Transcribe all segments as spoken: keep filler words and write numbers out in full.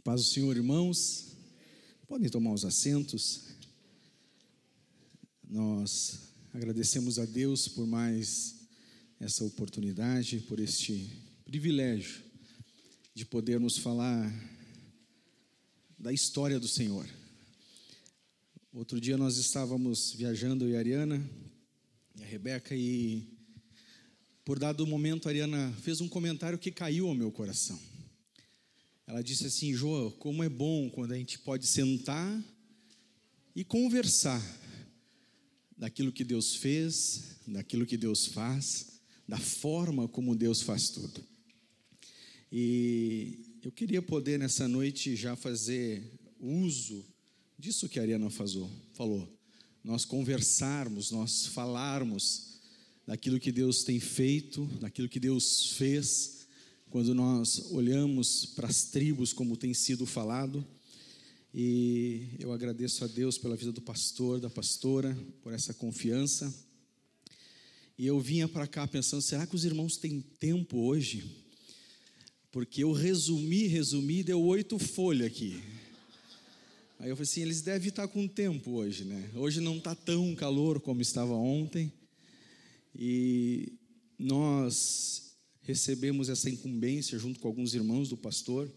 Paz do Senhor, irmãos. Podem tomar os assentos. Nós agradecemos a Deus por mais essa oportunidade, por este privilégio de podermos falar da história do Senhor. Outro dia nós estávamos viajando, eu e a Ariana e a Rebeca, e por dado momento a Ariana fez um comentário que caiu ao meu coração. Ela disse assim: Jô, como é bom quando a gente pode sentar e conversar daquilo que Deus fez, daquilo que Deus faz, da forma como Deus faz tudo. E eu queria poder nessa noite já fazer uso disso que a Ariana falou, nós conversarmos, nós falarmos daquilo que Deus tem feito, daquilo que Deus fez, quando nós olhamos para as tribos como tem sido falado. E eu agradeço a Deus pela vida do pastor, da pastora, por essa confiança. E eu vinha para cá pensando, será que os irmãos têm tempo hoje? Porque eu resumi, resumi, deu oito folhas aqui. Aí eu falei assim, eles devem estar com tempo hoje, né? Hoje não está tão calor como estava ontem. E nós recebemos essa incumbência junto com alguns irmãos do pastor.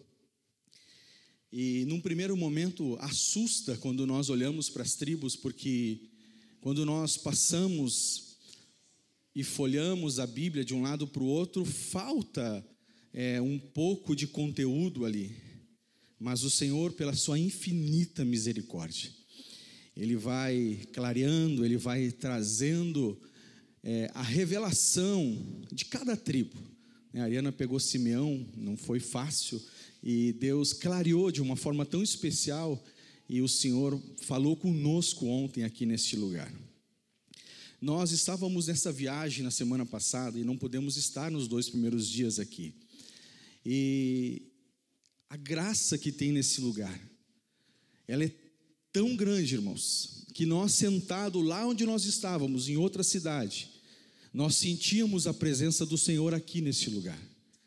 E num primeiro momento assusta quando nós olhamos para as tribos, porque quando nós passamos e folhamos a Bíblia de um lado para o outro, falta é, um pouco de conteúdo ali. Mas o Senhor, pela sua infinita misericórdia, Ele vai clareando, Ele vai trazendo é, a revelação de cada tribo. A Ariana pegou Simeão, não foi fácil, e Deus clareou de uma forma tão especial, e o Senhor falou conosco ontem aqui neste lugar. Nós estávamos nessa viagem na semana passada e não pudemos estar nos dois primeiros dias aqui. E a graça que tem nesse lugar, ela é tão grande, irmãos, que nós sentados lá onde nós estávamos, em outra cidade, nós sentíamos a presença do Senhor aqui nesse lugar.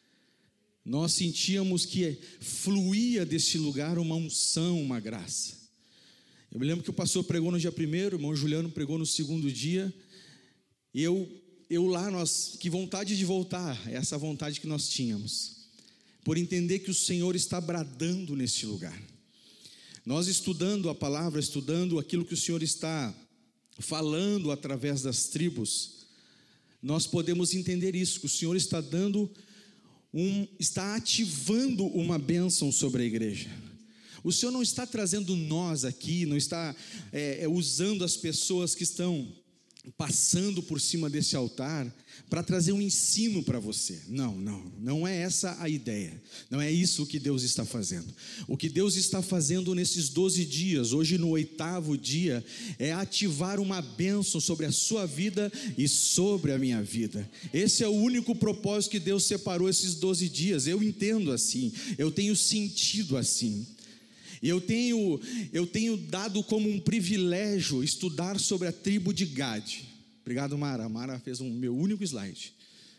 Nós sentíamos que fluía desse lugar uma unção, uma graça. Eu me lembro que o pastor pregou no dia primeiro, o irmão Juliano pregou no segundo dia, e eu, eu lá, nós, que vontade de voltar, essa vontade que nós tínhamos, por entender que o Senhor está bradando neste lugar. Nós estudando a palavra, estudando aquilo que o Senhor está falando através das tribos, nós podemos entender isso, que o Senhor está dando um, está ativando uma bênção sobre a igreja. O Senhor não está trazendo nós aqui, não está é, usando as pessoas que estão passando por cima desse altar para trazer um ensino para você. Não, não, não é essa a ideia. Não é isso que Deus está fazendo. O que Deus está fazendo nesses doze dias, hoje no oitavo dia, é ativar uma bênção sobre a sua vida e sobre a minha vida. Esse é o único propósito que Deus separou esses doze dias. Eu entendo assim, eu tenho sentido assim. E eu tenho, eu tenho dado como um privilégio estudar sobre a tribo de Gade. Obrigado, Mara. A Mara fez o um, meu único slide.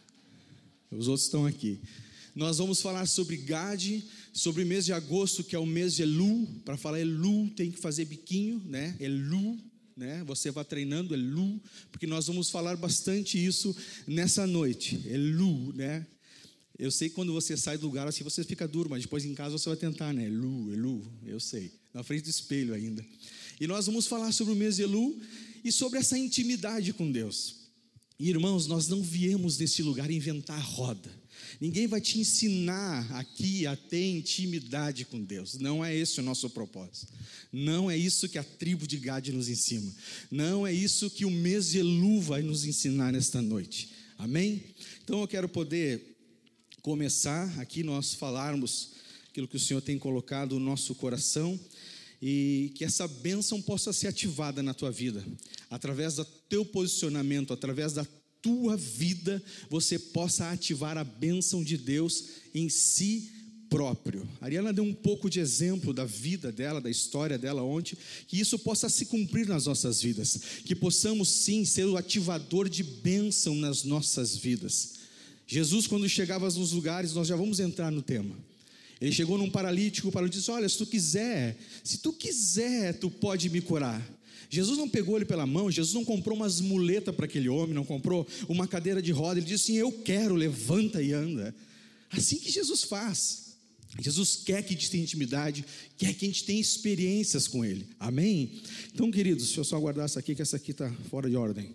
Os outros estão aqui. Nós vamos falar sobre Gade, sobre o mês de agosto, que é o mês de Elu. Para falar Elu, tem que fazer biquinho, né? Elu, né? Você vai treinando Elu, porque nós vamos falar bastante isso nessa noite. Elu, né? Eu sei que quando você sai do lugar assim você fica duro, mas depois em casa você vai tentar, né? Elu, Elu, eu sei, na frente do espelho ainda. E nós vamos falar sobre o mês de Elu e sobre essa intimidade com Deus. E irmãos, nós não viemos nesse lugar inventar roda. Ninguém vai te ensinar aqui a ter intimidade com Deus. Não é esse o nosso propósito. Não é isso que a tribo de Gade nos ensina. Não é isso que o mês de Elu vai nos ensinar nesta noite. Amém? Então eu quero poder começar aqui nós falarmos aquilo que o Senhor tem colocado no nosso coração, e que essa bênção possa ser ativada na tua vida, através do teu posicionamento, através da tua vida, você possa ativar a bênção de Deus em si próprio. A Ariana deu um pouco de exemplo da vida dela, da história dela ontem, que isso possa se cumprir nas nossas vidas, que possamos sim ser o ativador de bênção nas nossas vidas. Jesus, quando chegava nos lugares, nós já vamos entrar no tema, Ele chegou num paralítico, o paralítico disse: olha, se tu quiser, se tu quiser, tu pode me curar. Jesus não pegou ele pela mão, Jesus não comprou umas muletas para aquele homem, não comprou uma cadeira de roda, ele disse assim: eu quero, levanta e anda. Assim que Jesus faz. Jesus quer que a gente tenha intimidade, quer que a gente tenha experiências com Ele, amém? Então, queridos, deixa eu só guardar essa aqui, que essa aqui está fora de ordem.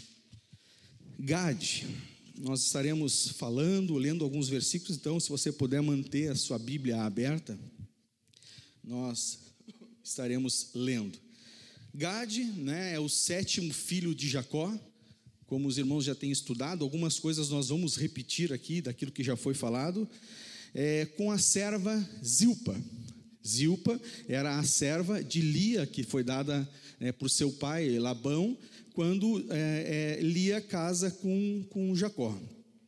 Gade, nós estaremos falando, lendo alguns versículos, então se você puder manter a sua Bíblia aberta, nós estaremos lendo. Gade, né, é o sétimo filho de Jacó. Como os irmãos já têm estudado, algumas coisas nós vamos repetir aqui, daquilo que já foi falado. É, com a serva Zilpa. Zilpa era a serva de Lia, que foi dada é, por seu pai Labão, quando é, é, Lia casa com, com Jacó.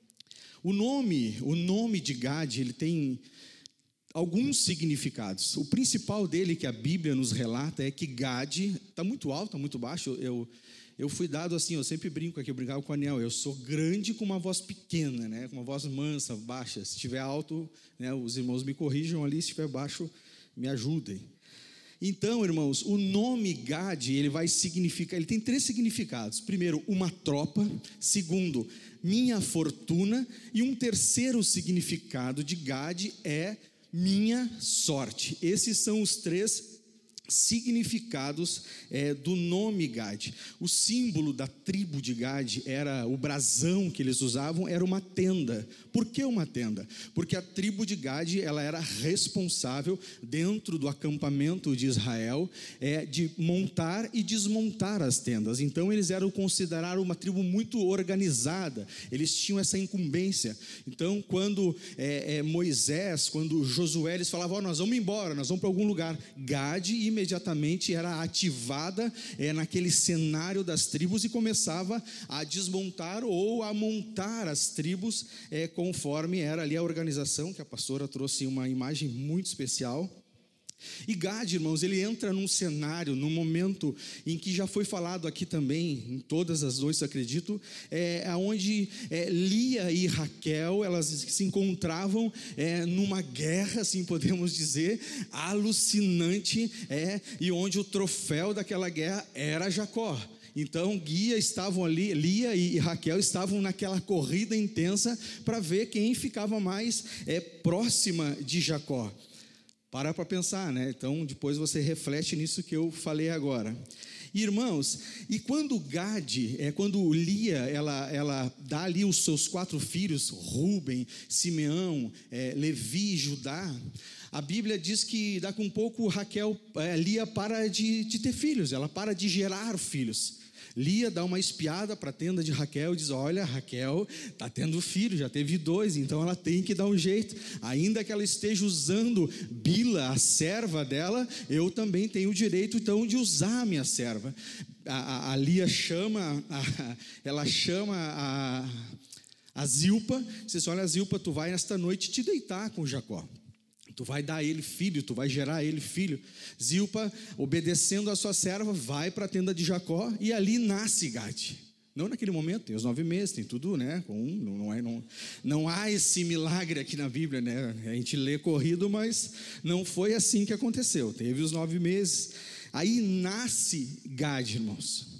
O nome, o nome de Gade, ele tem alguns significados. O principal dele, que a Bíblia nos relata, é que Gade, está muito alto, está muito baixo. Eu, eu fui dado assim, eu sempre brinco aqui, eu brincava com o Aniel, eu sou grande com uma voz pequena, né, com uma voz mansa, baixa. Se estiver alto, né, os irmãos me corrijam ali, se estiver baixo, me ajudem. Então, irmãos, o nome Gade, ele vai significar, ele tem três significados. Primeiro, uma tropa. Segundo, minha fortuna. E um terceiro significado de Gade é minha sorte. Esses são os três significados é, do nome Gade. O símbolo da tribo de Gade era o brasão que eles usavam, era uma tenda. Por que uma tenda? Porque a tribo de Gade, ela era responsável dentro do acampamento de Israel é, de montar e desmontar as tendas. Então eles eram considerados uma tribo muito organizada, eles tinham essa incumbência. Então quando é, é, Moisés, quando Josué, eles falavam: oh, nós vamos embora, nós vamos para algum lugar, Gade imediatamente era ativada é, naquele cenário das tribos e começava a desmontar ou a montar as tribos é, conforme era ali a organização, que a pastora trouxe uma imagem muito especial. E Gade, irmãos, ele entra num cenário, num momento em que já foi falado aqui também, em todas as noites, acredito, é, onde é, Lia e Raquel, elas se encontravam é, numa guerra, assim podemos dizer, alucinante, é, e onde o troféu daquela guerra era Jacó. Então, Guia estavam ali, Lia e Raquel estavam naquela corrida intensa para ver quem ficava mais é, próxima de Jacó. Para para pensar, né? Então, depois você reflete nisso que eu falei agora. Irmãos, e quando Gade, é, quando Lia, ela, ela dá ali os seus quatro filhos, Rúben, Simeão, é, Levi e Judá, a Bíblia diz que daqui a um pouco Raquel, é, Lia para de, de ter filhos, ela para de gerar filhos. Lia dá uma espiada para a tenda de Raquel e diz: olha, Raquel está tendo filho, já teve dois, então ela tem que dar um jeito, ainda que ela esteja usando Bila, a serva dela, eu também tenho o direito então de usar a minha serva. A, a, a Lia chama, a, ela chama a, a Zilpa, diz: olha, Zilpa, tu vai esta noite te deitar com Jacó. Tu vai dar a ele filho, tu vai gerar a ele filho. Zilpa, obedecendo a sua serva, vai para a tenda de Jacó e ali nasce Gade. Não naquele momento, tem os nove meses, tem tudo, né? Com um, não, é, não, não há esse milagre aqui na Bíblia, né? A gente lê corrido, mas não foi assim que aconteceu. Teve os nove meses. Aí nasce Gade, irmãos.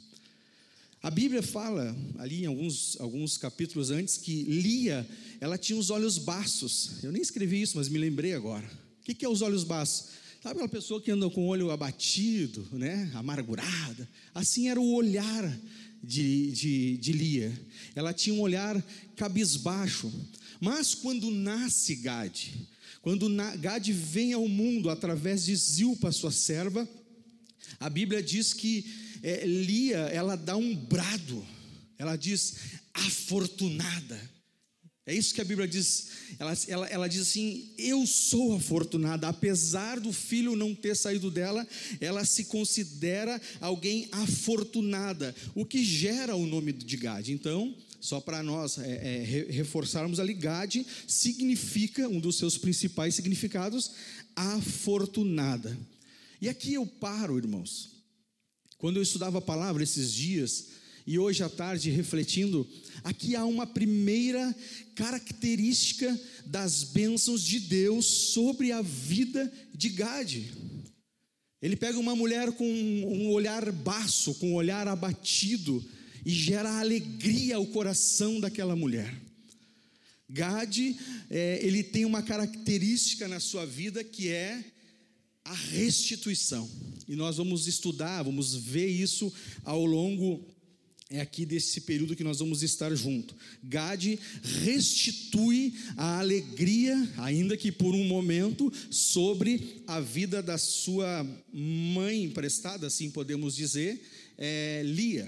A Bíblia fala, ali em alguns, alguns capítulos antes, que Lia, ela tinha os olhos baços. Eu nem escrevi isso, mas me lembrei agora. O que, que é os olhos baços? Sabe aquela pessoa que anda com o olho abatido, né? Amargurada? Assim era o olhar de, de, de Lia. Ela tinha um olhar cabisbaixo. Mas quando nasce Gade, quando Gade vem ao mundo através de Zilpa, sua serva, a Bíblia diz que É, Lia, ela dá um brado, ela diz: afortunada. É isso que a Bíblia diz. Ela, ela, ela diz assim: eu sou afortunada. Apesar do filho não ter saído dela, ela se considera alguém afortunada, o que gera o nome de Gade. Então, só para nós é, é, reforçarmos ali, Gade significa, um dos seus principais significados, afortunada. E aqui eu paro, irmãos. Quando eu estudava a palavra esses dias, e hoje à tarde refletindo, aqui há uma primeira característica das bênçãos de Deus sobre a vida de Gade. Ele pega uma mulher com um olhar baço, com um olhar abatido, e gera alegria ao coração daquela mulher. Gade, é, ele tem uma característica na sua vida que é a restituição. E nós vamos estudar, vamos ver isso ao longo é aqui desse período que nós vamos estar junto. Gade restitui a alegria, ainda que por um momento, sobre a vida da sua mãe emprestada, assim podemos dizer, é, Lia.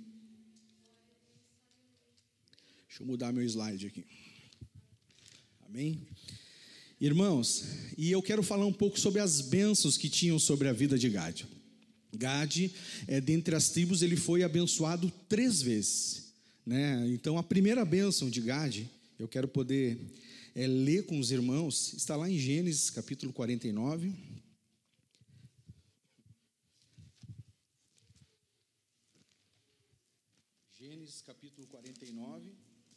Deixa eu mudar meu slide aqui. Amém? Irmãos, e eu quero falar um pouco sobre as bênçãos que tinham sobre a vida de Gade. Gade, é, dentre as tribos, ele foi abençoado três vezes, né? Então, a primeira bênção de Gade, eu quero poder é, ler com os irmãos, está lá em Gênesis, capítulo quarenta e nove. Gênesis, capítulo quarenta e nove.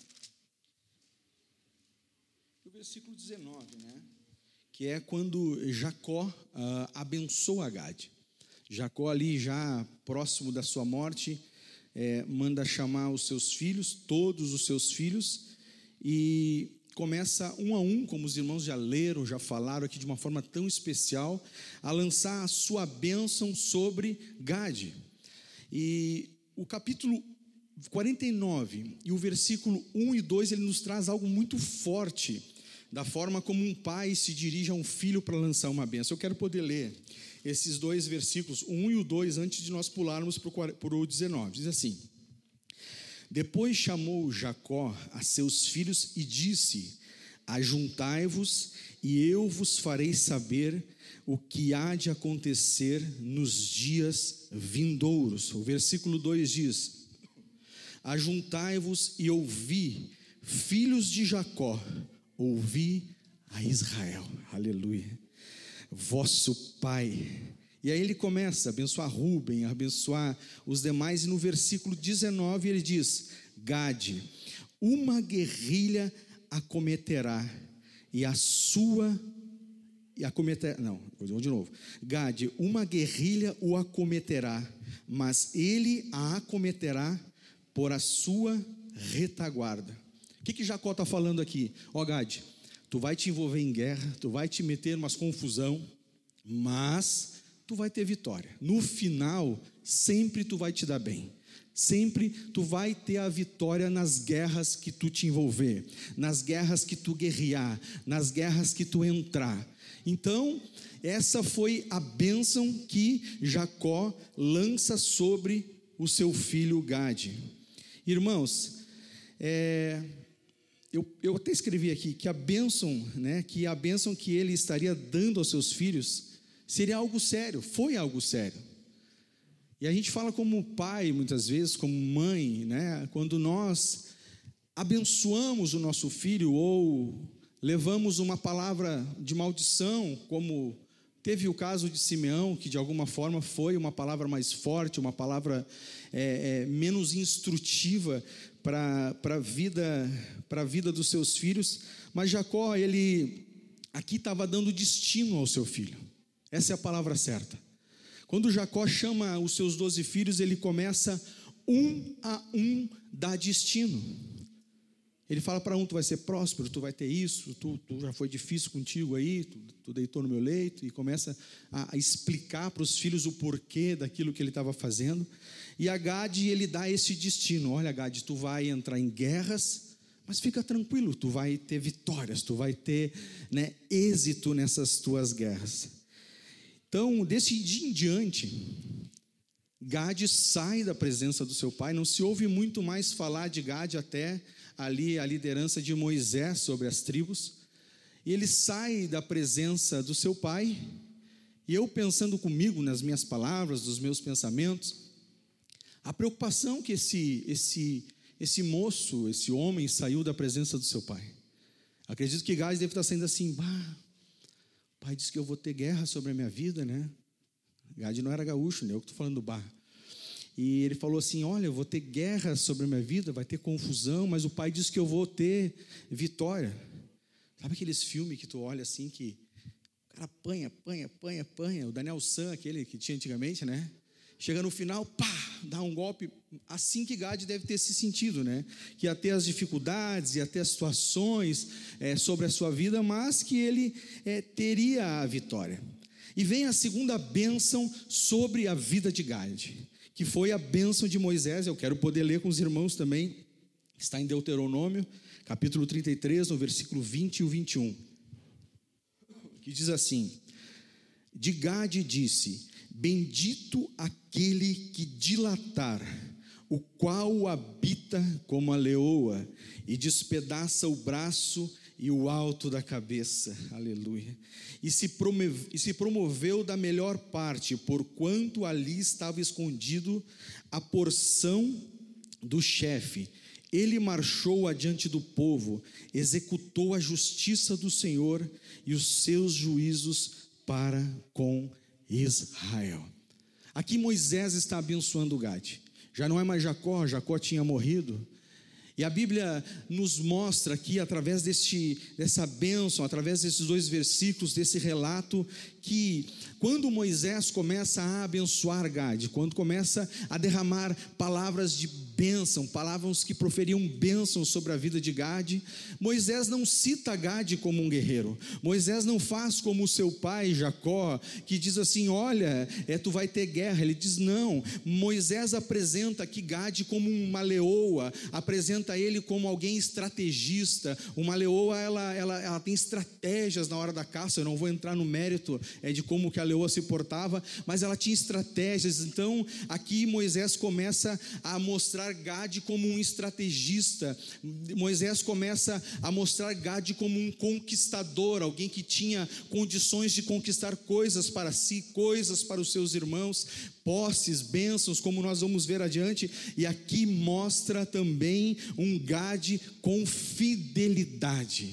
O versículo dezenove, né? Que é quando Jacó ah, abençoa Gade. Jacó ali já próximo da sua morte, é, manda chamar os seus filhos, todos os seus filhos, e começa um a um, como os irmãos já leram, já falaram aqui de uma forma tão especial, a lançar a sua bênção sobre Gade. E o capítulo quarenta e nove e o versículo um e dois, ele nos traz algo muito forte, da forma como um pai se dirige a um filho para lançar uma bênção. Eu quero poder ler esses dois versículos, o um e o dois, antes de nós pularmos para o dezenove. Diz assim: depois chamou Jacó a seus filhos e disse: ajuntai-vos e eu vos farei saber o que há de acontecer nos dias vindouros. O versículo dois diz: ajuntai-vos e ouvi, filhos de Jacó, ouvi a Israel. Aleluia. Vosso pai. E aí ele começa a abençoar Ruben, a abençoar os demais, e no versículo dezenove ele diz: Gade, uma guerrilha acometerá, e a sua e acometerá, não, vou de novo. Gade, uma guerrilha o acometerá, mas ele a acometerá por a sua retaguarda. O que que Jacó está falando aqui? Ó Gade, tu vai te envolver em guerra, tu vai te meter em umas confusão, mas tu vai ter vitória. No final, sempre tu vai te dar bem. Sempre tu vai ter a vitória nas guerras que tu te envolver, nas guerras que tu guerrear, nas guerras que tu entrar. Então, essa foi a bênção que Jacó lança sobre o seu filho Gade. Irmãos, é... Eu, eu até escrevi aqui que a bênção, né, que a bênção que ele estaria dando aos seus filhos seria algo sério, foi algo sério. E a gente fala como pai, muitas vezes, como mãe, né, quando nós abençoamos o nosso filho ou levamos uma palavra de maldição, como teve o caso de Simeão, que de alguma forma foi uma palavra mais forte, uma palavra é, é, menos instrutiva para a vida, para a vida dos seus filhos. Mas Jacó, ele aqui estava dando destino ao seu filho. Essa é a palavra certa. Quando Jacó chama os seus doze filhos, ele começa um a um dar destino. Ele fala para um: tu vai ser próspero, tu vai ter isso, tu, tu já foi difícil contigo aí, tu, tu deitou no meu leito, e começa a, a explicar para os filhos o porquê daquilo que ele estava fazendo. E a Gade, ele dá esse destino: olha Gade, tu vai entrar em guerras, mas fica tranquilo, tu vai ter vitórias, tu vai ter, né, êxito nessas tuas guerras. Então, desse dia em diante, Gade sai da presença do seu pai. Não se ouve muito mais falar de Gade até ali a liderança de Moisés sobre as tribos, e ele sai da presença do seu pai. E eu pensando comigo nas minhas palavras, nos meus pensamentos, a preocupação que esse, esse, esse moço, esse homem saiu da presença do seu pai. Acredito que Gade deve estar saindo assim: bah, o pai disse que eu vou ter guerra sobre a minha vida, né? Gade não era gaúcho, né? Eu que estou falando do bah. E ele falou assim: olha, eu vou ter guerra sobre a minha vida, vai ter confusão, mas o pai disse que eu vou ter vitória. Sabe aqueles filmes que tu olha assim, que o cara apanha, apanha, apanha, apanha, o Daniel San, aquele que tinha antigamente, né? Chega no final, pá, dá um golpe. Assim que Gade deve ter esse sentido, né? Que ia ter as dificuldades, ia ter as situações é, sobre a sua vida, mas que ele é, teria a vitória. E vem a segunda bênção sobre a vida de Gade, que foi a bênção de Moisés. Eu quero poder ler com os irmãos também, está em Deuteronômio, capítulo trinta e três, no versículo vinte e o vinte e um, que diz assim: de Gade disse: bendito aquele que dilatar, o qual habita como a leoa, e despedaça o braço e o alto da cabeça, aleluia, e se, promove, e se promoveu da melhor parte, porquanto ali estava escondido a porção do chefe. Ele marchou adiante do povo, executou a justiça do Senhor e os seus juízos para com Israel. Aqui Moisés está abençoando Gade. Já não é mais Jacó, Jacó tinha morrido. E a Bíblia nos mostra aqui, através deste, dessa bênção, através desses dois versículos, desse relato, que quando Moisés começa a abençoar Gade, quando começa a derramar palavras de bênção, palavras que proferiam bênção sobre a vida de Gade, Moisés não cita Gade como um guerreiro. Moisés não faz como o seu pai Jacó, que diz assim: olha, é, tu vai ter guerra. Ele diz não. Moisés apresenta aqui Gade como uma leoa, apresenta ele como alguém estrategista. Uma leoa, ela, ela, ela tem estratégias na hora da caça. Eu não vou entrar no mérito é, de como que a leoa se portava, mas ela tinha estratégias. Então aqui Moisés começa a mostrar Gade como um estrategista. Moisés começa a mostrar Gade como um conquistador, alguém que tinha condições de conquistar coisas para si, coisas para os seus irmãos, posses, bênçãos, como nós vamos ver adiante. E aqui mostra também um Gade com fidelidade.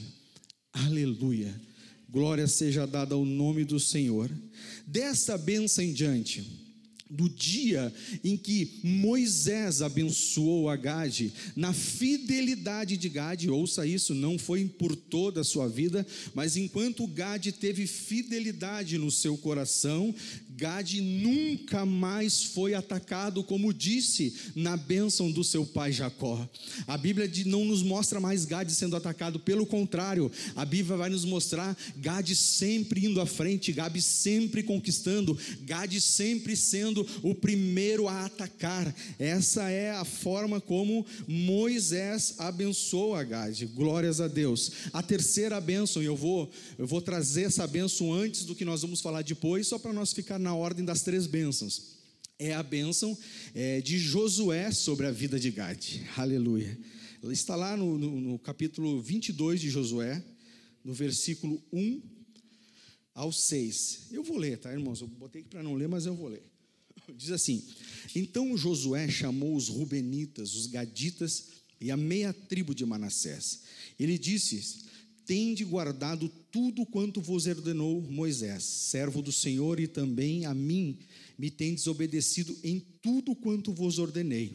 Aleluia, glória seja dada ao nome do Senhor. Desta bênção em diante, do dia em que Moisés abençoou a Gade, na fidelidade de Gade, ouça isso, não foi por toda a sua vida, mas enquanto Gade teve fidelidade no seu coração, Gade nunca mais foi atacado, como disse na bênção do seu pai Jacó. A Bíblia não nos mostra mais Gade sendo atacado, pelo contrário, a Bíblia vai nos mostrar Gade sempre indo à frente, Gade sempre conquistando, Gade sempre sendo o primeiro a atacar. Essa é a forma como Moisés abençoou a Gade. Glórias a Deus. A terceira bênção, e eu vou, eu vou trazer essa bênção antes do que nós vamos falar depois, só para nós ficar na ordem das três bênçãos. É a bênção é, de Josué sobre a vida de Gade. Aleluia. Ela está lá no, no, no capítulo vinte e dois de Josué, no versículo um ao seis. Eu vou ler, tá, irmãos? Eu botei aqui para não ler, mas eu vou ler. Diz assim: então Josué chamou os Rubenitas, os Gaditas e a meia tribo de Manassés. Ele disse: tende guardado tudo quanto vos ordenou Moisés, servo do Senhor, e também a mim me tendes obedecido em tudo quanto vos ordenei.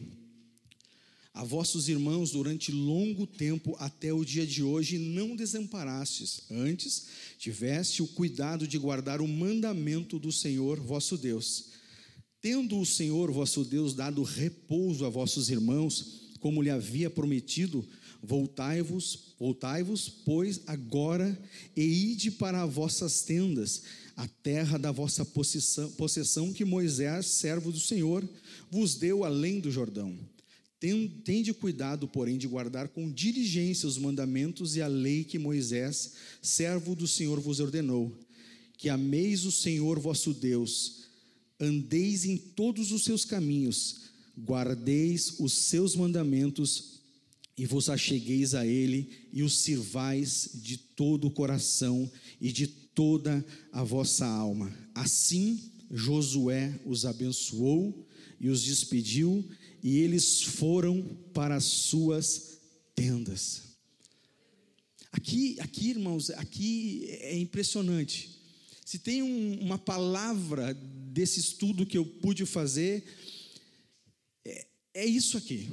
A vossos irmãos durante longo tempo, até o dia de hoje, não desamparastes. Antes, tiveste o cuidado de guardar o mandamento do Senhor vosso Deus. Tendo o Senhor vosso Deus dado repouso a vossos irmãos, como lhe havia prometido, voltai-vos, voltai-vos, pois agora, e ide para as vossas tendas, a terra da vossa possessão, possessão que Moisés, servo do Senhor, vos deu além do Jordão. Tende cuidado, porém, de guardar com diligência os mandamentos e a lei que Moisés, servo do Senhor, vos ordenou, que ameis o Senhor vosso Deus, andeis em todos os seus caminhos, guardeis os seus mandamentos e vos achegueis a ele e os sirvais de todo o coração e de toda a vossa alma. Assim Josué os abençoou e os despediu, e eles foram para as suas tendas. Aqui, aqui, irmãos, aqui é impressionante. Se tem um, uma palavra desse estudo que eu pude fazer, é isso aqui.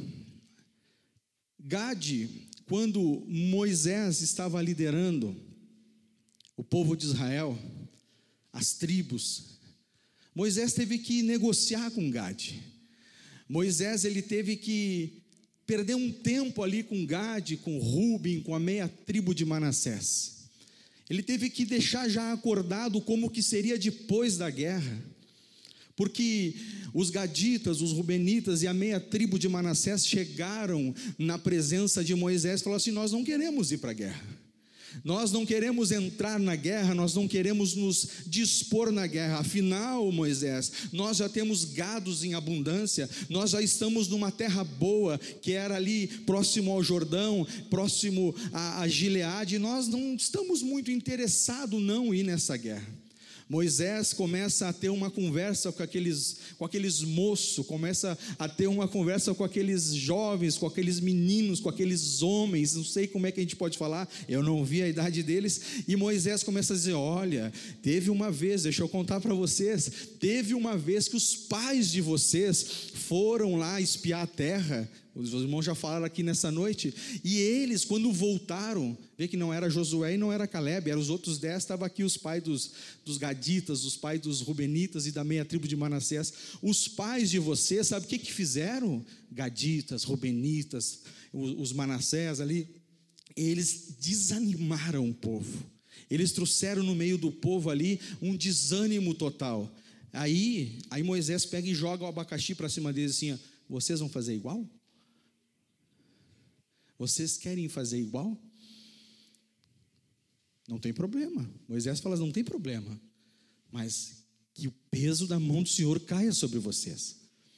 Gade, quando Moisés estava liderando o povo de Israel, as tribos, Moisés teve que negociar com Gade. Moisés ele teve que perder um tempo ali com Gade, com Ruben, com a meia tribo de Manassés. Ele teve que deixar já acordado como que seria depois da guerra, porque os gaditas, os rubenitas e a meia tribo de Manassés chegaram na presença de Moisés e falaram assim: nós não queremos ir para a guerra, nós não queremos entrar na guerra, nós não queremos nos dispor na guerra. Afinal, Moisés, nós já temos gados em abundância, nós já estamos numa terra boa, que era ali próximo ao Jordão, próximo a, a Gileade, e nós não estamos muito interessados não ir nessa guerra. Moisés começa a ter uma conversa com aqueles, com aqueles moços, começa a ter uma conversa com aqueles jovens, com aqueles meninos, com aqueles homens, não sei como é que a gente pode falar, eu não vi a idade deles, e Moisés começa a dizer: olha, teve uma vez, deixa eu contar para vocês, teve uma vez que os pais de vocês foram lá espiar a terra, os irmãos já falaram aqui nessa noite, e eles quando voltaram, vê que não era Josué e não era Calebe, eram os outros dez, estavam aqui os pais dos, dos gaditas, os pais dos rubenitas e da meia tribo de Manassés. Os pais de vocês, sabe o que que fizeram? Gaditas, rubenitas, os, os Manassés ali, eles desanimaram o povo, eles trouxeram no meio do povo ali um desânimo total. Aí, aí Moisés pega e joga o abacaxi para cima deles assim: ó, vocês vão fazer igual? Vocês querem fazer igual? Não tem problema. Moisés fala: não tem problema, mas que o peso da mão do Senhor caia sobre vocês.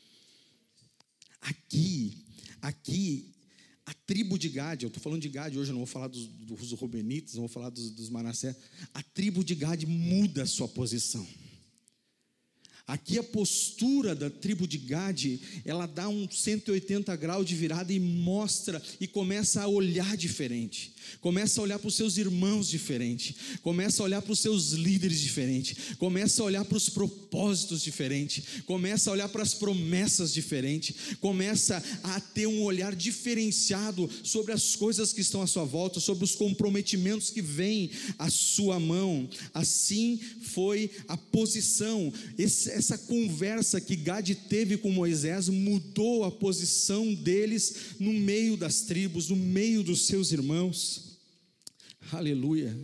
Aqui, aqui, a tribo de Gade, eu estou falando de Gade hoje, eu não vou falar dos, dos Rubenitas, não vou falar dos, dos Manassés. A tribo de Gade muda a sua posição. Aqui a postura da tribo de Gade, ela dá um cento e oitenta graus de virada e mostra, e começa a olhar diferente, começa a olhar para os seus irmãos diferente, começa a olhar para os seus líderes diferente, começa a olhar para os propósitos diferentes, começa a olhar para as promessas diferentes, começa a ter um olhar diferenciado sobre as coisas que estão à sua volta, sobre os comprometimentos que vêm à sua mão. Assim foi a posição, esse Essa conversa que Gade teve com Moisés mudou a posição deles no meio das tribos, no meio dos seus irmãos. Aleluia.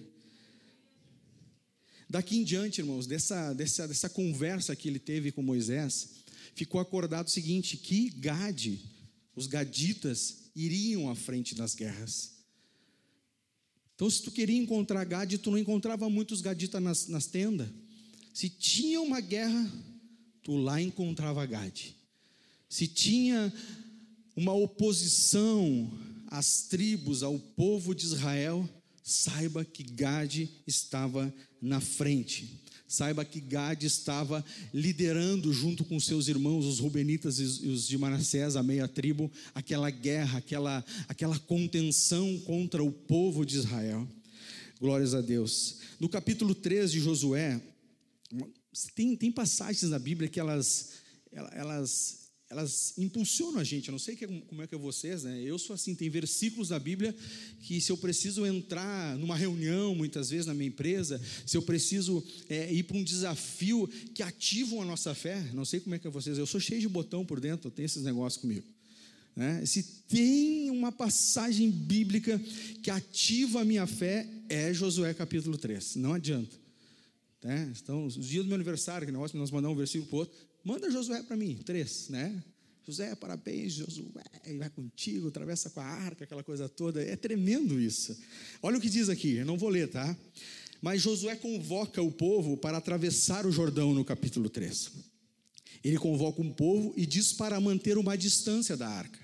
Daqui em diante, irmãos, dessa, dessa, dessa conversa que ele teve com Moisés, ficou acordado o seguinte: que Gade, os gaditas, iriam à frente das guerras. Então, se tu queria encontrar Gade, tu não encontrava muitos gaditas nas, nas tendas. Se tinha uma guerra, tu lá encontrava Gade. Se tinha uma oposição às tribos, ao povo de Israel, saiba que Gade estava na frente. Saiba que Gade estava liderando junto com seus irmãos, os rubenitas e os de Manassés, a meia tribo, aquela guerra, aquela, aquela contenção contra o povo de Israel. Glórias a Deus. No capítulo três de Josué, Tem, tem passagens na Bíblia que elas, elas, elas impulsionam a gente. Eu não sei que, como é que é vocês, né? Eu sou assim, tem versículos na Bíblia que, se eu preciso entrar numa reunião, muitas vezes na minha empresa, se eu preciso é, ir para um desafio que ativam a nossa fé, não sei como é que é vocês, eu sou cheio de botão por dentro, eu tenho esses negócios comigo, né? Se tem uma passagem bíblica que ativa a minha fé, é Josué capítulo três, não adianta. É, então, os dias do meu aniversário, que nós, nós mandamos um versículo para o outro, manda Josué para mim, três, né? José, parabéns, Josué, vai contigo, atravessa com a arca, aquela coisa toda. É tremendo isso. Olha o que diz aqui, eu não vou ler, tá? Mas Josué convoca o povo para atravessar o Jordão no capítulo três. Ele convoca um povo e diz para manter uma distância da arca.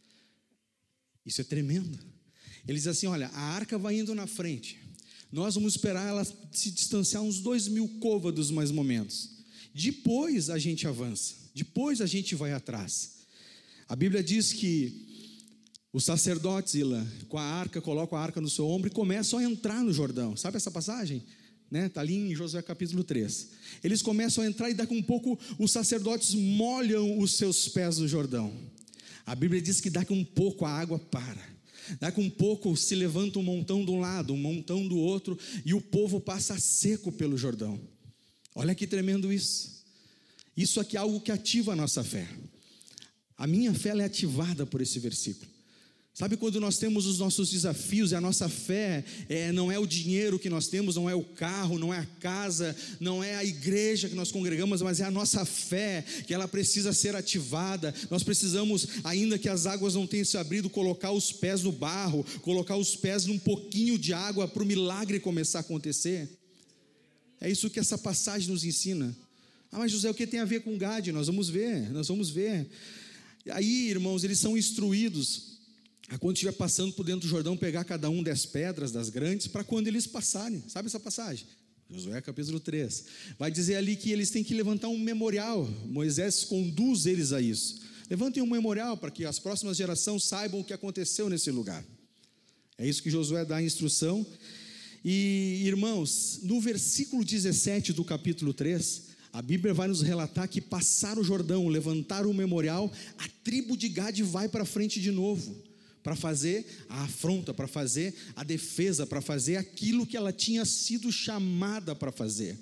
Isso é tremendo. Ele diz assim: olha, a arca vai indo na frente, nós vamos esperar ela se distanciar uns dois mil côvados mais ou menos. Depois a gente avança, depois a gente vai atrás. A Bíblia diz que os sacerdotes, Ilan, com a arca, colocam a arca no seu ombro e começam a entrar no Jordão. Sabe essa passagem? Né? Está ali em Josué capítulo três. Eles começam a entrar e daqui a um pouco os sacerdotes molham os seus pés no Jordão. A Bíblia diz que daqui um pouco a água para. Daqui um pouco se levanta um montão de um lado, um montão do outro, e o povo passa seco pelo Jordão. Olha que tremendo isso. Isso aqui é algo que ativa a nossa fé. A minha fé ela é ativada por esse versículo. Sabe quando nós temos os nossos desafios e a nossa fé é, não é o dinheiro que nós temos, não é o carro, não é a casa, não é a igreja que nós congregamos, mas é a nossa fé que ela precisa ser ativada. Nós precisamos, ainda que as águas não tenham se abrido, colocar os pés no barro, colocar os pés num pouquinho de água para o milagre começar a acontecer. É isso que essa passagem nos ensina. Ah, mas José, o que tem a ver com Gade? Nós vamos ver, nós vamos ver. Aí, irmãos, eles são instruídos a quando estiver passando por dentro do Jordão, pegar cada um dez pedras das grandes, para quando eles passarem. Sabe essa passagem? Josué capítulo três. Vai dizer ali que eles têm que levantar um memorial. Moisés conduz eles a isso. Levantem um memorial para que as próximas gerações saibam o que aconteceu nesse lugar. É isso que Josué dá a instrução. E, irmãos, no versículo dezessete do capítulo três, a Bíblia vai nos relatar que passaram o Jordão, levantaram o memorial, a tribo de Gade vai para frente de novo, para fazer a afronta, para fazer a defesa, para fazer aquilo que ela tinha sido chamada para fazer.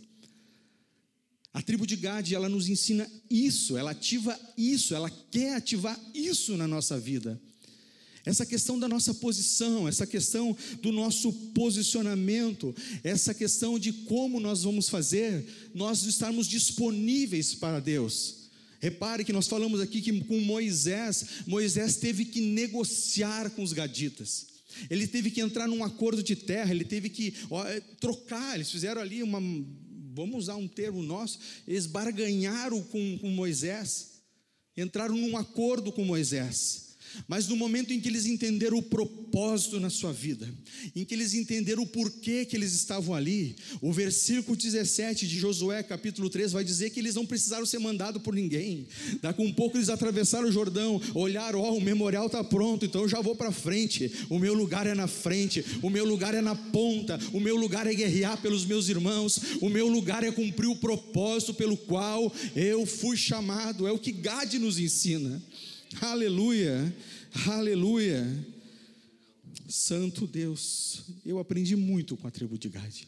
A tribo de Gade, ela nos ensina isso, ela ativa isso, ela quer ativar isso na nossa vida. Essa questão da nossa posição, essa questão do nosso posicionamento, essa questão de como nós vamos fazer, nós estarmos disponíveis para Deus. Repare que nós falamos aqui que com Moisés, Moisés teve que negociar com os gaditas. Ele teve que entrar num acordo de terra, ele teve que ó, trocar, eles fizeram ali uma, vamos usar um termo nosso, eles barganharam com, com Moisés, entraram num acordo com Moisés. Mas no momento em que eles entenderam o propósito na sua vida, em que eles entenderam o porquê que eles estavam ali, o versículo dezessete de Josué capítulo três vai dizer que eles não precisaram ser mandados por ninguém. Daqui um pouco eles atravessaram o Jordão, olharam, ó, o memorial está pronto, então eu já vou para frente, o meu lugar é na frente, o meu lugar é na ponta, o meu lugar é guerrear pelos meus irmãos, o meu lugar é cumprir o propósito pelo qual eu fui chamado. É o que Gade nos ensina. Aleluia, aleluia. Santo Deus, eu aprendi muito com a tribo de Gade.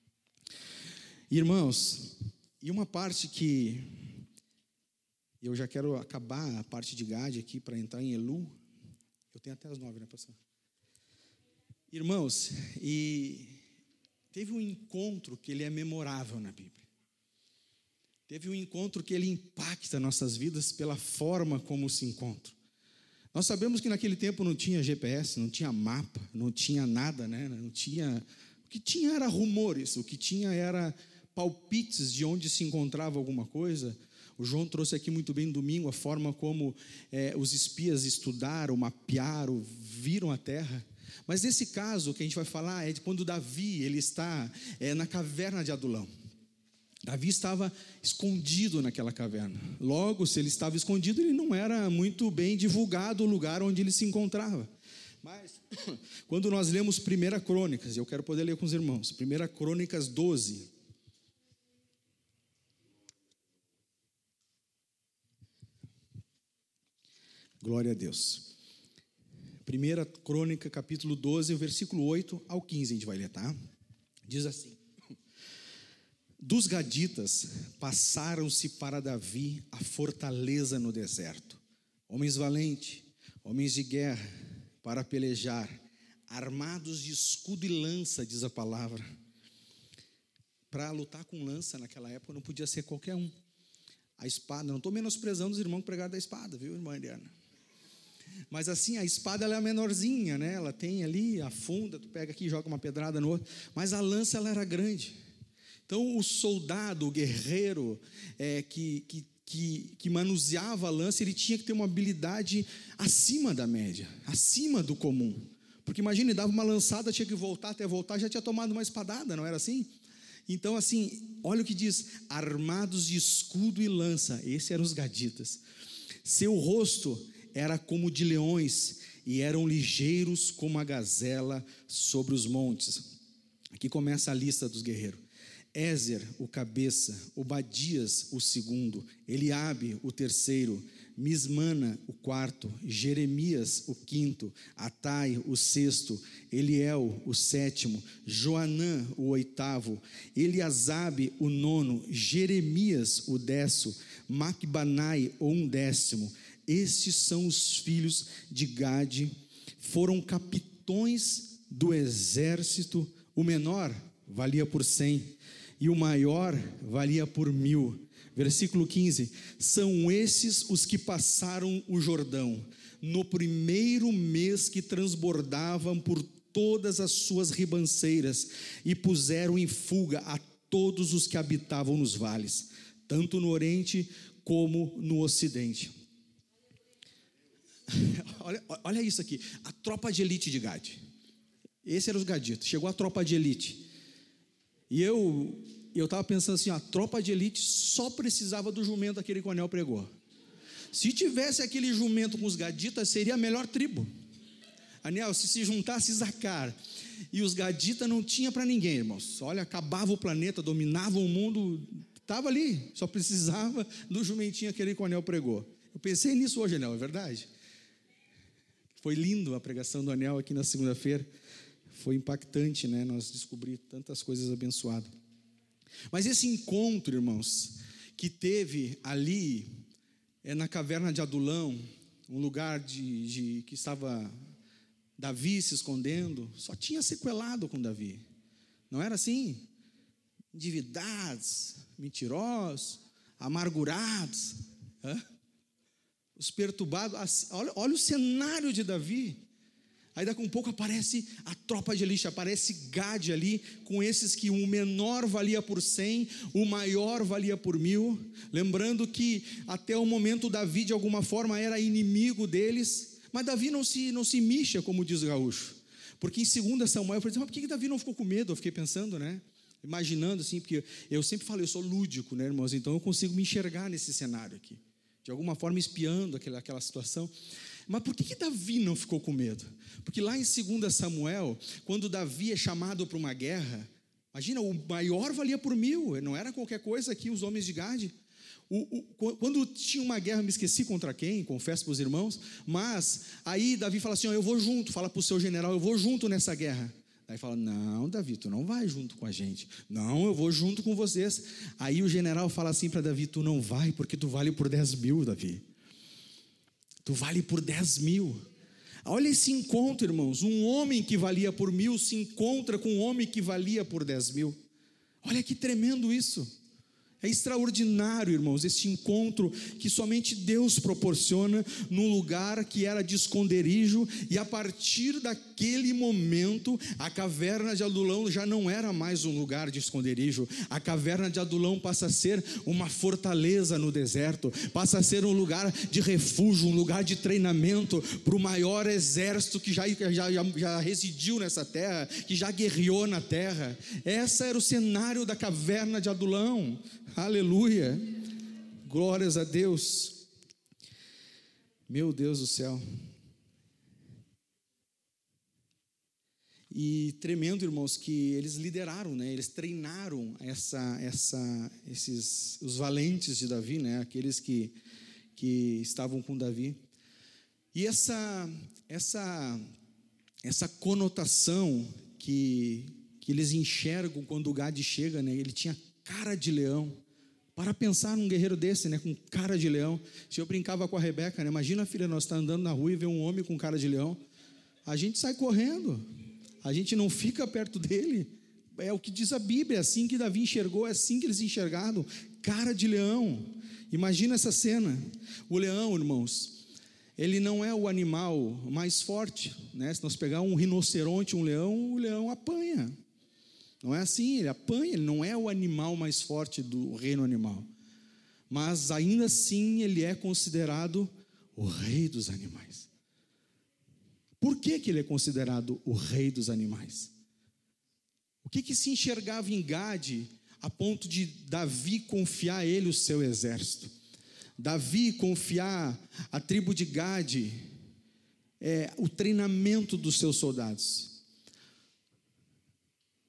Irmãos, e uma parte que eu já quero acabar a parte de Gade aqui para entrar em Elu. Eu tenho até as nove, né, pastor? Irmãos, e teve um encontro que ele é memorável na Bíblia. Teve um encontro que ele impacta nossas vidas pela forma como se encontra. Nós sabemos que naquele tempo não tinha G P S, não tinha mapa, não tinha nada, né? Não tinha, o que tinha era rumores, o que tinha era palpites de onde se encontrava alguma coisa. O João trouxe aqui muito bem no domingo a forma como é, os espias estudaram, mapearam, viram a terra. Mas nesse caso, o que a gente vai falar é de quando Davi ele está é, na caverna de Adulão. Davi estava escondido naquela caverna. Logo, se ele estava escondido, ele não era muito bem divulgado o lugar onde ele se encontrava. Mas, quando nós lemos Primeira Crônicas, e eu quero poder ler com os irmãos, Primeira Crônicas doze. Glória a Deus. Primeira Crônica, capítulo doze, versículo oito ao quinze, a gente vai ler, tá? Diz assim: dos gaditas passaram-se para Davi a fortaleza no deserto, homens valentes, homens de guerra, para pelejar, armados de escudo e lança, diz a palavra. Para lutar com lança naquela época não podia ser qualquer um. A espada, não estou menosprezando os irmãos que pregaram da espada, viu, irmã Eliana? Mas assim, a espada ela é menorzinha, né? Ela tem ali a funda, tu pega aqui e joga uma pedrada no outro, mas a lança ela era grande. Então o soldado, o guerreiro é, que, que, que, que manuseava a lança, ele tinha que ter uma habilidade acima da média, acima do comum. Porque imagina, ele dava uma lançada, tinha que voltar, até voltar, já tinha tomado uma espadada, não era assim? Então assim, olha o que diz: armados de escudo e lança, esses eram os gaditas. Seu rosto era como de leões, e eram ligeiros como a gazela sobre os montes. Aqui começa a lista dos guerreiros: Ézer, o cabeça, Obadias, o segundo, Eliabe, o terceiro, Mismana, o quarto, Jeremias, o quinto, Atai, o sexto, Eliel, o sétimo, Joanã, o oitavo, Eliasabe, o nono, Jeremias, o décimo, Macbanai, o undécimo. Estes são os filhos de Gade, foram capitões do exército. O menor valia por cem e o maior valia por mil. Versículo quinze, são esses os que passaram o Jordão, no primeiro mês que transbordavam por todas as suas ribanceiras, e puseram em fuga a todos os que habitavam nos vales, tanto no Oriente como no Ocidente. Olha, olha isso aqui, a tropa de elite de Gade. Esse era os gaditos, chegou a tropa de elite. E eu eu estava pensando assim, ó, a tropa de elite só precisava do jumento aquele que o Anel pregou. Se tivesse aquele jumento com os gaditas, seria a melhor tribo. Anel, se se juntasse Isacar e os gaditas, não tinha para ninguém, irmãos. Olha, acabava o planeta, dominava o mundo, estava ali, só precisava do jumentinho aquele que o Anel pregou. Eu pensei nisso hoje, Anel, é verdade? Foi lindo a pregação do Anel aqui na segunda-feira. Foi impactante, né? Nós descobrimos tantas coisas abençoadas. Mas esse encontro, irmãos, que teve ali, é na caverna de Adulão, um lugar de, de, que estava Davi se escondendo, só tinha sequelado com Davi. Não era assim? Endividados, mentirosos, amargurados, hã? Os perturbados. Olha, olha o cenário de Davi. Aí daqui a um pouco aparece a tropa de elite, aparece Gade ali, com esses que o menor valia por cem, o maior valia por mil. Lembrando que até o momento Davi de alguma forma era inimigo deles, mas Davi não se, não se mixa, como diz o gaúcho. Porque em segunda Samuel, eu falei, mas por que Davi não ficou com medo? Eu fiquei pensando, né? Imaginando assim, porque eu sempre falo, eu sou lúdico, né, irmãos? Então eu consigo me enxergar nesse cenário aqui, de alguma forma espiando aquela, aquela situação. Mas por que, que Davi não ficou com medo? Porque lá em segunda Samuel, quando Davi é chamado para uma guerra, imagina, o maior valia por mil, não era qualquer coisa aqui, os homens de Gade. O, o, quando tinha uma guerra, me esqueci contra quem, confesso para os irmãos, mas aí Davi fala assim, ó, eu vou junto, fala para o seu general, eu vou junto nessa guerra. Aí fala, não, Davi, tu não vai junto com a gente. Não, eu vou junto com vocês. Aí o general fala assim para Davi, tu não vai porque tu vale por dez mil, Davi. Tu vale por dez mil. Olha esse encontro, irmãos. Um homem que valia por mil se encontra com um homem que valia por dez mil. Olha que tremendo isso. É extraordinário, irmãos, este encontro que somente Deus proporciona num lugar que era de esconderijo, e a partir daquele momento, a caverna de Adulão já não era mais um lugar de esconderijo. A caverna de Adulão passa a ser uma fortaleza no deserto, passa a ser um lugar de refúgio, um lugar de treinamento para o maior exército que já, já, já, já residiu nessa terra, que já guerreou na terra. Esse era o cenário da caverna de Adulão. Aleluia, glórias a Deus. Meu Deus do céu. E tremendo, irmãos, que eles lideraram, né? Eles treinaram essa, essa, esses, os valentes de Davi, né? Aqueles que, que estavam com Davi. E essa, essa, essa conotação que, que eles enxergam quando o Gade chega, né? Ele tinha cara de leão. Para pensar num guerreiro desse, né, com cara de leão. Se eu brincava com a Rebeca, né, imagina, filha, nós estamos andando na rua e vê um homem com cara de leão, a gente sai correndo, a gente não fica perto dele. É o que diz a Bíblia, é assim que Davi enxergou, é assim que eles enxergaram, cara de leão. Imagina essa cena. O leão, irmãos, ele não é o animal mais forte, né? Se nós pegarmos um rinoceronte, um leão, o leão apanha. Não é assim, ele apanha, ele não é o animal mais forte do reino animal. Mas ainda assim ele é considerado o rei dos animais. Por que que ele é considerado o rei dos animais? O que que se enxergava em Gade a ponto de Davi confiar a ele o seu exército? Davi confiar a tribo de Gade é, o treinamento dos seus soldados.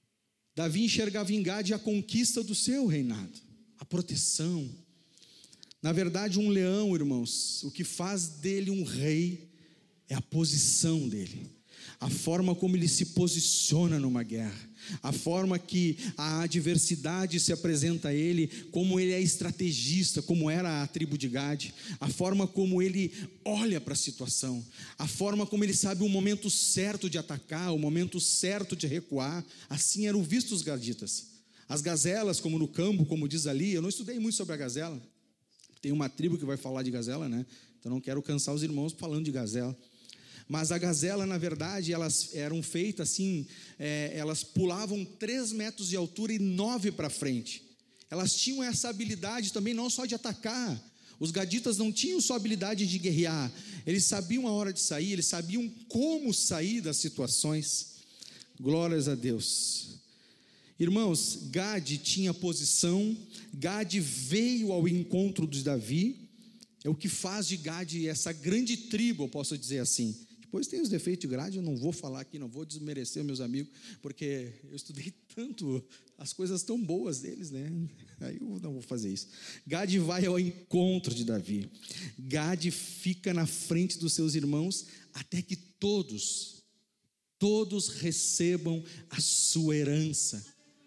Davi enxergava em Gade a conquista do seu reinado, a proteção. Na verdade, um leão, irmãos, o que faz dele um rei é a posição dele, a forma como ele se posiciona numa guerra, a forma que a adversidade se apresenta a ele, como ele é estrategista, como era a tribo de Gade, a forma como ele olha para a situação, a forma como ele sabe o momento certo de atacar, o momento certo de recuar. Assim eram vistos os gaditas. As gazelas, como no campo, como diz ali, eu não estudei muito sobre a gazela, tem uma tribo que vai falar de gazela, né? Então não quero cansar os irmãos falando de gazela. Mas a gazela, na verdade, elas eram feitas assim, é, elas pulavam três metros de altura e nove para frente. Elas tinham essa habilidade também, não só de atacar. Os gaditas não tinham só habilidade de guerrear, eles sabiam a hora de sair, eles sabiam como sair das situações. Glórias a Deus. Irmãos, Gade tinha posição, Gade veio ao encontro de Davi, é o que faz de Gade essa grande tribo, eu posso dizer assim. Depois tem os defeitos de Gade, eu não vou falar aqui, não vou desmerecer meus amigos, porque eu estudei tanto, as coisas tão boas deles, né? Aí eu não vou fazer isso. Gade vai ao encontro de Davi, Gade fica na frente dos seus irmãos, até que todos, todos recebam a sua herança.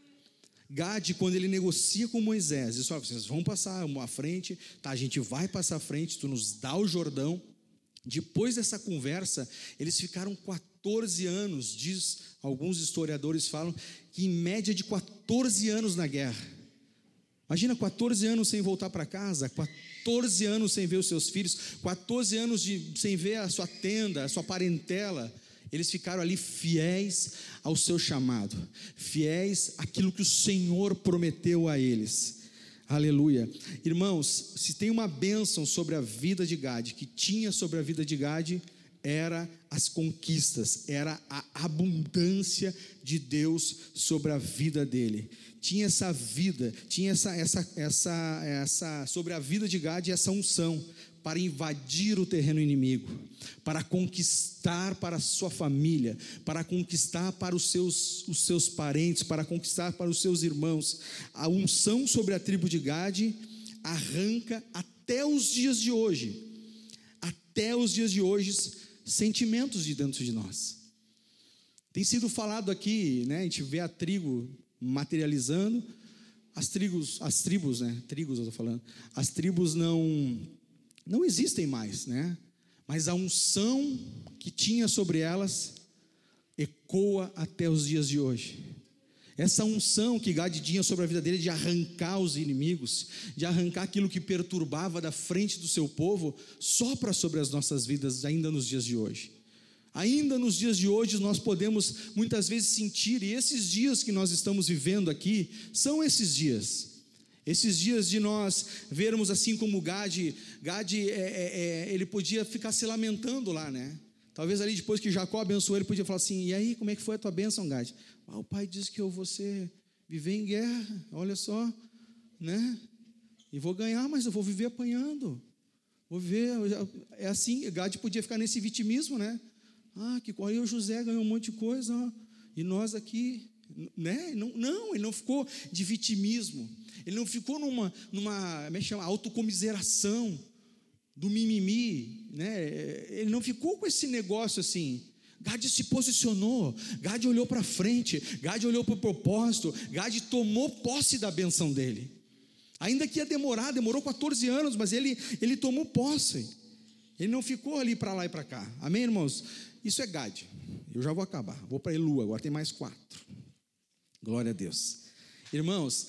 Gade, quando ele negocia com Moisés, diz: olha, vocês vão passar à frente, tá, a gente vai passar à frente, tu nos dá o Jordão. Depois dessa conversa, eles ficaram quatorze anos, diz, alguns historiadores falam, que em média de quatorze anos na guerra. Imagina quatorze anos sem voltar para casa, quatorze anos sem ver os seus filhos, quatorze anos de, sem ver a sua tenda, a sua parentela. Eles ficaram ali fiéis ao seu chamado, fiéis àquilo que o Senhor prometeu a eles. Aleluia. Irmãos, se tem uma bênção sobre a vida de Gade, que tinha sobre a vida de Gade, era as conquistas, era a abundância de Deus sobre a vida dele. Tinha essa vida, tinha essa, essa, essa, essa, sobre a vida de Gade, essa unção para invadir o terreno inimigo, para conquistar para a sua família, para conquistar para os seus, os seus parentes, para conquistar para os seus irmãos. A unção sobre a tribo de Gade arranca até os dias de hoje, até os dias de hoje, sentimentos de dentro de nós. Tem sido falado aqui, né? A gente vê a tribo materializando, as tribos, as tribos, né? Trigos eu estou falando, as tribos não não existem mais, né? Mas a unção que tinha sobre elas ecoa até os dias de hoje. Essa unção que Gade tinha sobre a vida dele de arrancar os inimigos, de arrancar aquilo que perturbava da frente do seu povo, sopra sobre as nossas vidas ainda nos dias de hoje. Ainda nos dias de hoje nós podemos muitas vezes sentir, e esses dias que nós estamos vivendo aqui, são esses dias. Esses dias de nós vermos assim como Gade, Gade é, é, é, ele podia ficar se lamentando lá, né? Talvez ali depois que Jacó abençoou, ele podia falar assim: e aí, como é que foi a tua bênção, Gade? Ah, o pai disse que eu vou ser, viver em guerra, olha só, né? E vou ganhar, mas eu vou viver apanhando. Vou viver, é assim, Gade podia ficar nesse vitimismo, né? Ah, que aí o José ganhou um monte de coisa, ó, e nós aqui, né? Não, não, ele não ficou de vitimismo. Ele não ficou numa, numa como é que chama? Autocomiseração, do mimimi, né? Ele não ficou com esse negócio assim. Gade se posicionou, Gade olhou para frente, Gade olhou para o propósito, Gade tomou posse da benção dele. Ainda que ia demorar, demorou quatorze anos, mas ele, ele tomou posse. Ele não ficou ali para lá e para cá. Amém, irmãos? Isso é Gade. Eu já vou acabar, vou para Elu, agora tem mais quatro. Glória a Deus. Irmãos,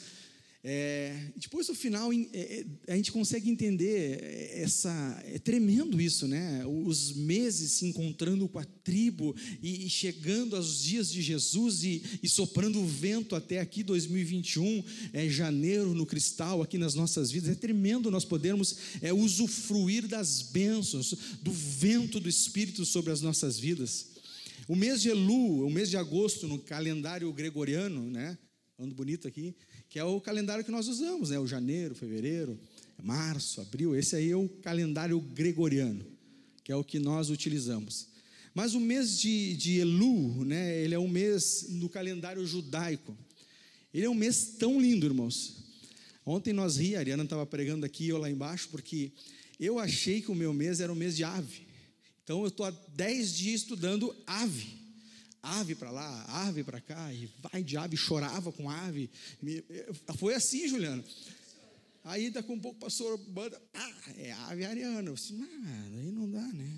É, depois do final é, a gente consegue entender essa, é tremendo isso, né? Os meses se encontrando com a tribo e, e chegando aos dias de Jesus e, e soprando o vento até aqui dois mil e vinte e um, é, janeiro no cristal aqui nas nossas vidas. É tremendo nós podermos é, usufruir das bênçãos, do vento do Espírito sobre as nossas vidas. O mês de Elu, o mês de agosto no calendário gregoriano, né? Falando bonito aqui, que é o calendário que nós usamos, né? O janeiro, fevereiro, março, abril, esse aí é o calendário gregoriano, que é o que nós utilizamos. Mas o mês de, de Elu, né? Ele é um mês no calendário judaico. Ele é um mês tão lindo, irmãos. Ontem nós ri, a Ariana estava pregando aqui, eu lá embaixo, porque eu achei que o meu mês era o mês de ave. Então eu estou há dez dias estudando ave. Ave para lá, ave para cá, e vai de ave, chorava com ave. Foi assim, Juliana. Aí daqui um pouco passou a banda, ah, é ave ariana. Eu disse, mano, aí não dá, né?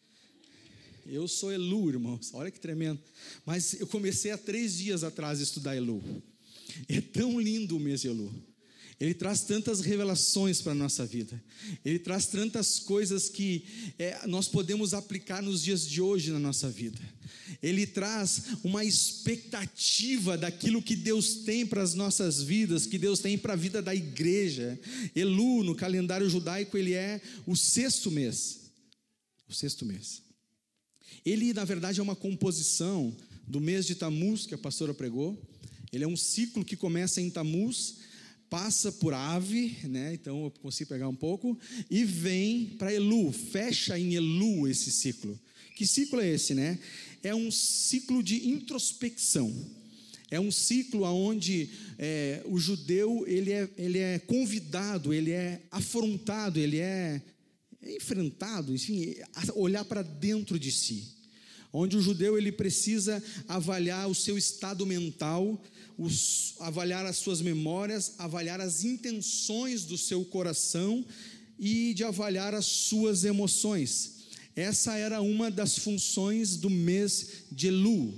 Eu sou Elu, irmãos, olha que tremendo. Mas eu comecei há três dias atrás a estudar Elu. É tão lindo o mês de Elu. Ele traz tantas revelações para a nossa vida. Ele traz tantas coisas que é, nós podemos aplicar nos dias de hoje na nossa vida. Ele traz uma expectativa daquilo que Deus tem para as nossas vidas, que Deus tem para a vida da igreja. Elu, no calendário judaico, ele é o sexto mês. O sexto mês. Ele, na verdade, é uma composição do mês de Tamuz, que a pastora pregou. Ele é um ciclo que começa em Tamuz, passa por ave, né? Então eu consigo pegar um pouco, e vem para Elu, fecha em Elu esse ciclo. Que ciclo é esse, né? É um ciclo de introspecção. É um ciclo onde é, o judeu ele é, ele é convidado, ele é afrontado, ele é, é enfrentado, enfim, a olhar para dentro de si. Onde o judeu ele precisa avaliar o seu estado mental, os, avaliar as suas memórias, avaliar as intenções do seu coração e de avaliar as suas emoções. Essa era uma das funções do mês de Elu.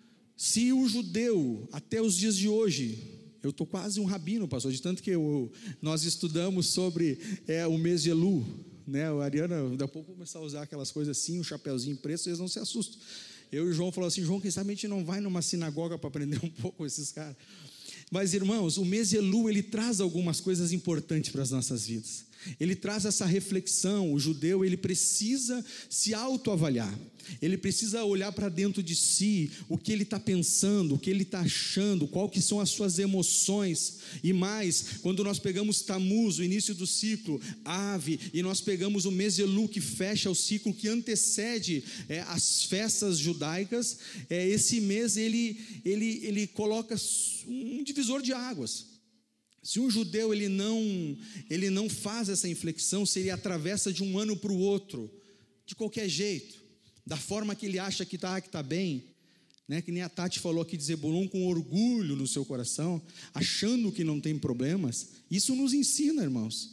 Se o judeu, até os dias de hoje, eu estou quase um rabino, pastor, de tanto que eu, nós estudamos sobre é, o mês de Elu, né? A Ariana, daqui a pouco começar a usar aquelas coisas assim, um chapeuzinho preto, vocês não se assustam. Eu e o João falou assim, João, quem sabe a gente não vai numa sinagoga para aprender um pouco com esses caras. Mas irmãos, o mês de Elu, ele traz algumas coisas importantes para as nossas vidas. Ele traz essa reflexão. O judeu ele precisa se autoavaliar, ele precisa olhar para dentro de si, o que ele está pensando, o que ele está achando, qual que são as suas emoções. E mais, quando nós pegamos Tamuz, o início do ciclo, ave, e nós pegamos o mês de Elu, que fecha o ciclo, que antecede é, as festas judaicas, é, esse mês ele, ele, ele coloca um divisor de águas. Se um judeu ele não, ele não faz essa inflexão, se ele atravessa de um ano para o outro, de qualquer jeito, da forma que ele acha que está que tá bem, né? Que nem a Tati falou aqui de Zebulon, com orgulho no seu coração, achando que não tem problemas, isso nos ensina, irmãos.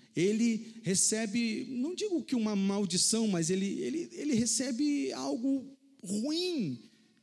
Ele recebe, não digo que uma maldição, mas ele, ele, ele recebe algo ruim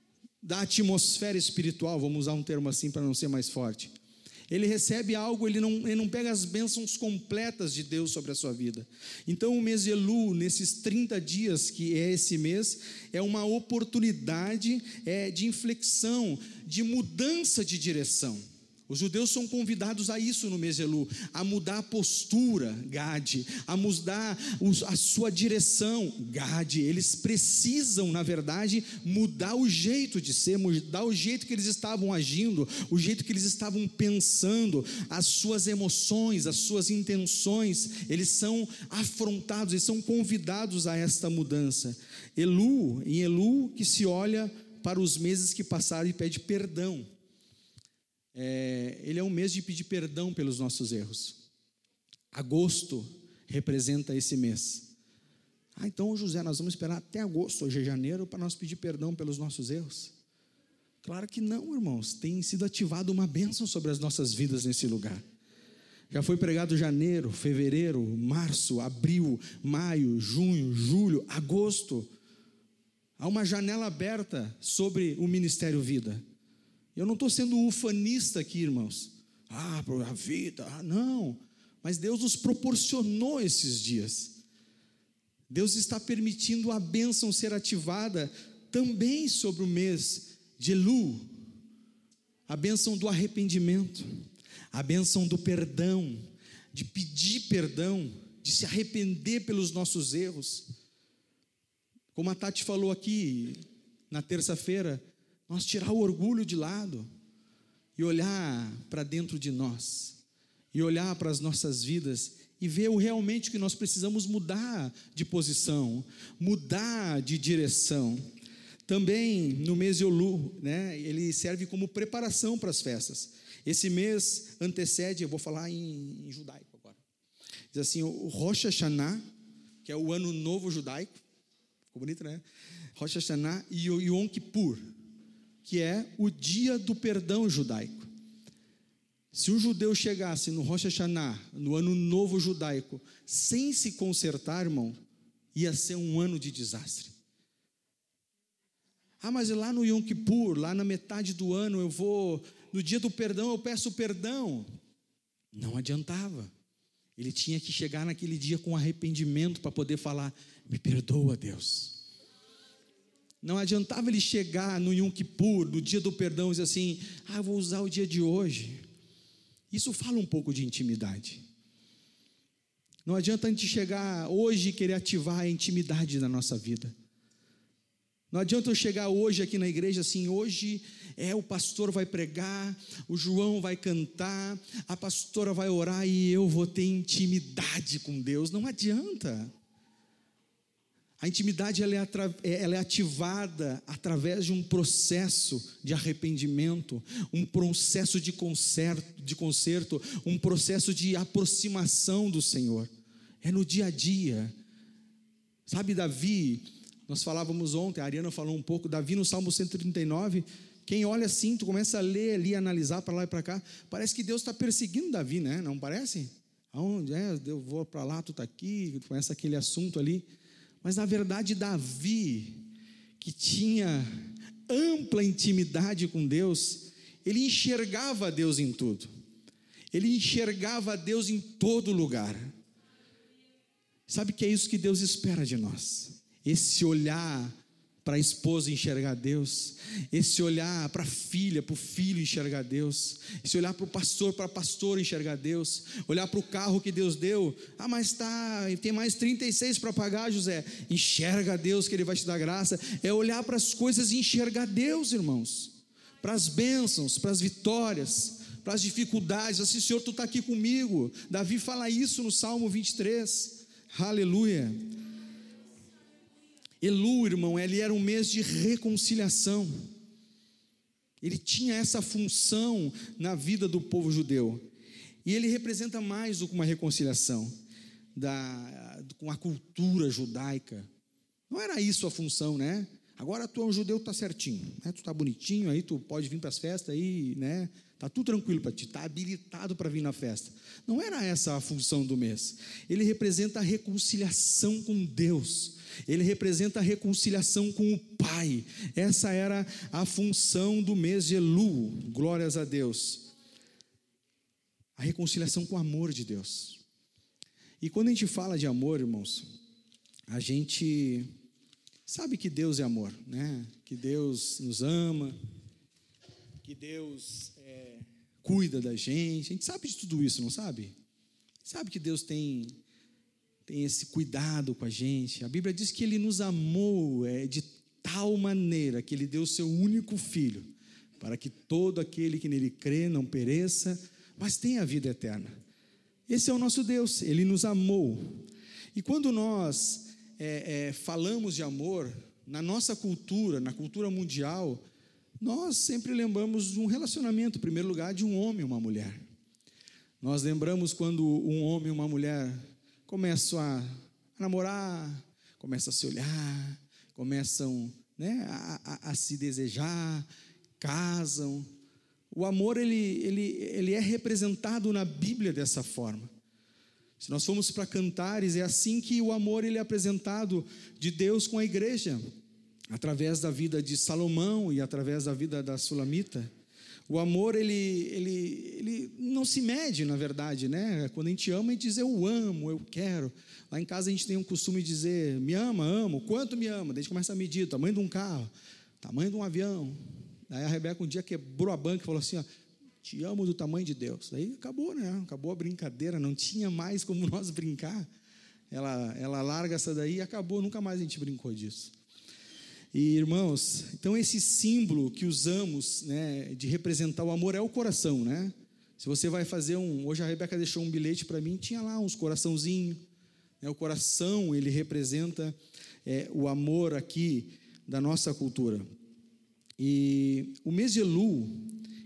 da atmosfera espiritual, vamos usar um termo assim para não ser mais forte. Ele recebe algo, ele não, ele não pega as bênçãos completas de Deus sobre a sua vida. Então o mês de Elu, nesses trinta dias que é esse mês, é uma oportunidade é, de inflexão, de mudança de direção. Os judeus são convidados a isso no mês de Elu, a mudar a postura, Gade, a mudar a sua direção, Gade. Eles precisam, na verdade, mudar o jeito de ser, mudar o jeito que eles estavam agindo, o jeito que eles estavam pensando, as suas emoções, as suas intenções. Eles são afrontados, eles são convidados a esta mudança. Elu, em Elu que se olha para os meses que passaram e pede perdão. É, ele é um mês de pedir perdão pelos nossos erros. Agosto representa esse mês. Ah, então José, nós vamos esperar até agosto, hoje é janeiro, para nós pedir perdão pelos nossos erros? Claro que não, irmãos. Tem sido ativada uma bênção sobre as nossas vidas nesse lugar. Já foi pregado janeiro, fevereiro, março, abril, maio, junho, julho, agosto. Há uma janela aberta sobre o Ministério Vida. Eu não estou sendo ufanista aqui, irmãos. Ah, a vida, ah, não. Mas Deus nos proporcionou esses dias. Deus está permitindo a bênção ser ativada também sobre o mês de Elu. A bênção do arrependimento, a bênção do perdão, de pedir perdão, de se arrepender pelos nossos erros. Como a Tati falou aqui na terça-feira, nós tirar o orgulho de lado e olhar para dentro de nós, e olhar para as nossas vidas e ver o realmente que nós precisamos mudar de posição, mudar de direção. Também no mês de Elu, né, ele serve como preparação para as festas. Esse mês antecede, eu vou falar em, em judaico agora. Diz assim, o Rosh Hashanah, que é o ano novo judaico, ficou bonito, né? Rosh Hashanah e o Yom Kippur, que é o dia do perdão judaico. Se um judeu chegasse no Rosh Hashanah, no ano novo judaico, sem se consertar, irmão, ia ser um ano de desastre. Ah, mas lá no Yom Kippur, lá na metade do ano, eu vou, no dia do perdão, eu peço perdão. Não adiantava. Ele tinha que chegar naquele dia com arrependimento para poder falar, me perdoa, Deus. Não adiantava ele chegar no Yom Kippur, no dia do perdão, e dizer assim, ah, eu vou usar o dia de hoje. Isso fala um pouco de intimidade. Não adianta a gente chegar hoje e querer ativar a intimidade na nossa vida. Não adianta eu chegar hoje aqui na igreja assim, hoje é o pastor vai pregar, o João vai cantar, a pastora vai orar e eu vou ter intimidade com Deus. Não adianta. A intimidade ela é, atra, ela é ativada através de um processo de arrependimento, um processo de conserto, de conserto, um processo de aproximação do Senhor. É no dia a dia. Sabe, Davi, nós falávamos ontem, a Ariana falou um pouco, Davi no Salmo cento e trinta e nove, quem olha assim, tu começa a ler ali, analisar para lá e para cá, parece que Deus está perseguindo Davi, né? Não parece? Aonde é? Eu vou para lá, tu está aqui, começa aquele assunto ali. Mas na verdade Davi, que tinha ampla intimidade com Deus, ele enxergava Deus em tudo, ele enxergava Deus em todo lugar. Sabe que é isso que Deus espera de nós? Esse olhar para a esposa enxergar Deus, esse olhar para a filha, para o filho enxergar Deus, esse olhar para o pastor, para a pastora enxergar Deus, olhar para o carro que Deus deu, ah, mas tá, tem mais trinta e seis para pagar, José, enxerga Deus que Ele vai te dar graça, é olhar para as coisas e enxergar Deus, irmãos, para as bênçãos, para as vitórias, para as dificuldades, assim, Senhor, Tu está aqui comigo. Davi fala isso no Salmo vinte e três, aleluia. Elu, irmão, ele era um mês de reconciliação. Ele tinha essa função na vida do povo judeu. E ele representa mais do que uma reconciliação da, com a cultura judaica. Não era isso a função, né? Agora tu é um judeu, tu está certinho, né? Tu está bonitinho, aí tu pode vir para as festas, aí, né? Está tudo tranquilo para ti, está habilitado para vir na festa. Não era essa a função do mês. Ele representa a reconciliação com Deus. Ele representa a reconciliação com o Pai. Essa era a função do mês de Elu, glórias a Deus. A reconciliação com o amor de Deus. E quando a gente fala de amor, irmãos, a gente sabe que Deus é amor, né? Que Deus nos ama, que Deus é, cuida da gente. A gente sabe de tudo isso, não sabe? Sabe que Deus tem... tem esse cuidado com a gente. A Bíblia diz que Ele nos amou é, de tal maneira que Ele deu o seu único Filho, para que todo aquele que nele crê não pereça, mas tenha a vida eterna. Esse é o nosso Deus, Ele nos amou. E quando nós é, é, falamos de amor, na nossa cultura, na cultura mundial, nós sempre lembramos de um relacionamento, em primeiro lugar, de um homem e uma mulher. Nós lembramos quando um homem e uma mulher começam a namorar, começam a se olhar, começam, né, a, a, a se desejar, casam. O amor ele, ele, ele é representado na Bíblia dessa forma. Se nós formos para Cantares, é assim que o amor ele é apresentado de Deus com a igreja, através da vida de Salomão e através da vida da Sulamita. O amor, ele, ele, ele não se mede, na verdade, né? Quando a gente ama, a gente diz, eu amo, eu quero. Lá em casa a gente tem um costume de dizer, me ama, amo, quanto me ama? Daí a gente começa a medir, tamanho de um carro, tamanho de um avião. Daí a Rebeca um dia quebrou a banca e falou assim, ó, te amo do tamanho de Deus. Daí acabou, né? Acabou a brincadeira, não tinha mais como nós brincar. Ela, ela larga essa daí e acabou, nunca mais a gente brincou disso. E irmãos, então esse símbolo que usamos, né, de representar o amor é o coração, né? Se você vai fazer um, hoje a Rebeca deixou um bilhete para mim, tinha lá uns coraçãozinhos, né? O coração ele representa é, o amor aqui da nossa cultura. E o mês de Elu,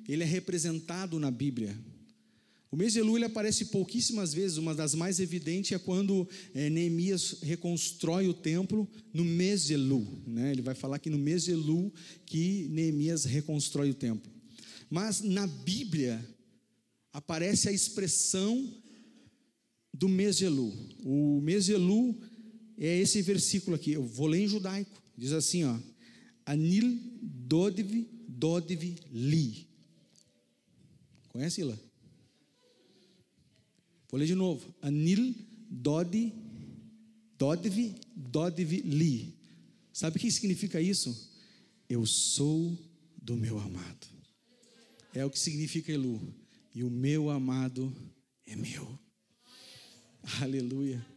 ele é representado na Bíblia. O mês de Elul ele aparece pouquíssimas vezes. Uma das mais evidentes é quando é, Neemias reconstrói o templo no mês de Elul, né? Ele vai falar que no mês de Elul que Neemias reconstrói o templo. Mas na Bíblia aparece a expressão do mês de Elul. O mês de Elul é esse versículo aqui. Eu vou ler em judaico. Diz assim, ó: Anil Dodiv Dodiv Li. Conhece, Ila? Vou ler de novo. Anil Dodi, Dodiv, Dodiv Li. Sabe o que significa isso? Eu sou do meu amado. É o que significa Elul. E o meu amado é meu. Aleluia.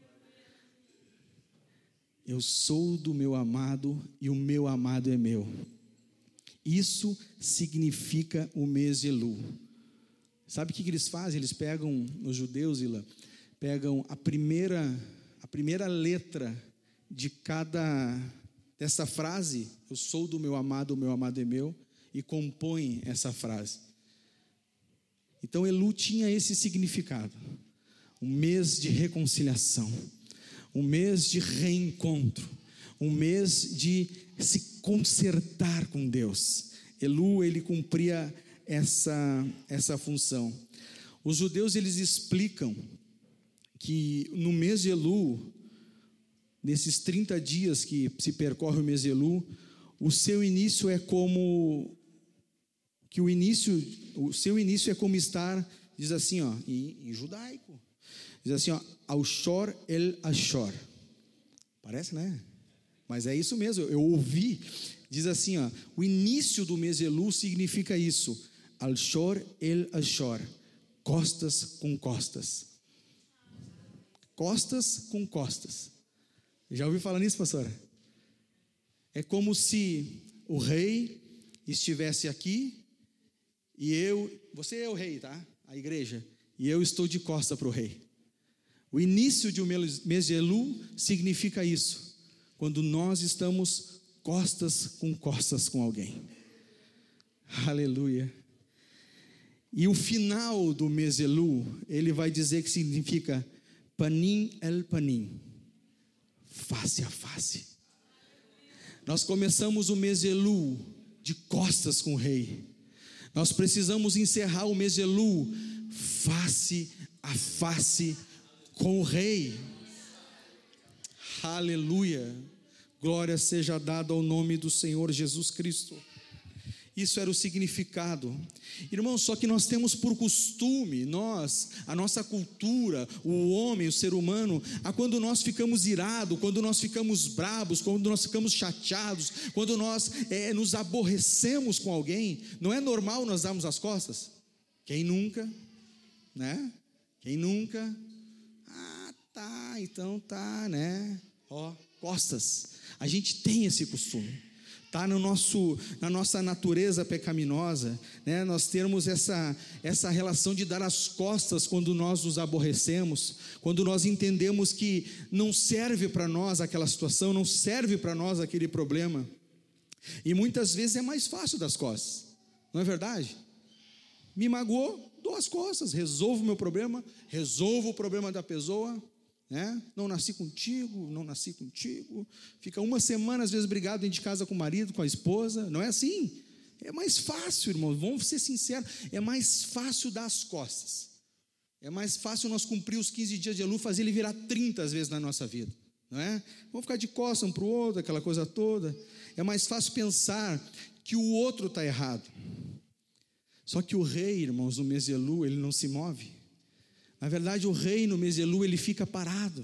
Eu sou do meu amado e o meu amado é meu. Isso significa o mês de Elul. Sabe o que, que eles fazem? Eles pegam, os judeus, Ila, pegam a primeira, a primeira letra de cada, dessa frase, eu sou do meu amado, o meu amado é meu, e compõem essa frase. Então Elul tinha esse significado, um mês de reconciliação, um mês de reencontro, um mês de se consertar com Deus. Elul, ele cumpria essa, essa função. Os judeus, eles explicam que no mês de Elul, nesses trinta dias que se percorre o mês de Elul, o seu início é como que o início, o seu início é como estar, diz assim, ó, em, em judaico, diz assim, ó, Aushor el Ashor. Parece, né? Mas é isso mesmo, eu ouvi. Diz assim, ó, o início do mês de Elul significa isso. Al-Shor el-Ashor, costas com costas. Costas com costas. Já ouviu falar nisso, pastora? É como se o rei estivesse aqui e eu, você é o rei, tá? A igreja, e eu estou de costa para o rei. O início de um mês de Elul significa isso, quando nós estamos costas com costas com alguém. Aleluia. E o final do mês Elul, ele vai dizer que significa panim el panim, face a face. Nós começamos o mês Elul de costas com o rei. Nós precisamos encerrar o mês Elul face a face com o rei. Aleluia. Glória seja dada ao nome do Senhor Jesus Cristo. Isso era o significado. Irmãos, só que nós temos por costume, nós, a nossa cultura, o homem, o ser humano, a quando nós ficamos irados, quando nós ficamos bravos, quando nós ficamos chateados, quando nós é, nos aborrecemos com alguém, não é normal nós darmos as costas? Quem nunca? Né? Quem nunca? Ah, tá, então tá, né? Ó, costas. A gente tem esse costume. Está no nosso, na nossa natureza pecaminosa, né? Nós temos essa, essa relação de dar as costas quando nós nos aborrecemos, quando nós entendemos que não serve para nós aquela situação, não serve para nós aquele problema, e muitas vezes é mais fácil dar as costas, não é verdade? Me magoou, dou as costas, resolvo o meu problema, resolvo o problema da pessoa, né? Não nasci contigo, não nasci contigo, fica uma semana às vezes brigado dentro de casa com o marido, com a esposa, não é assim? É mais fácil, irmãos, vamos ser sinceros, é mais fácil dar as costas, é mais fácil nós cumprir os quinze dias de Elul, fazer ele virar trinta às vezes na nossa vida, não é? Vamos ficar de costas um para o outro, aquela coisa toda, é mais fácil pensar que o outro está errado. Só que o rei, irmãos, no mês de Elul, ele não se move. Na verdade, o rei no mês de Elul, ele fica parado.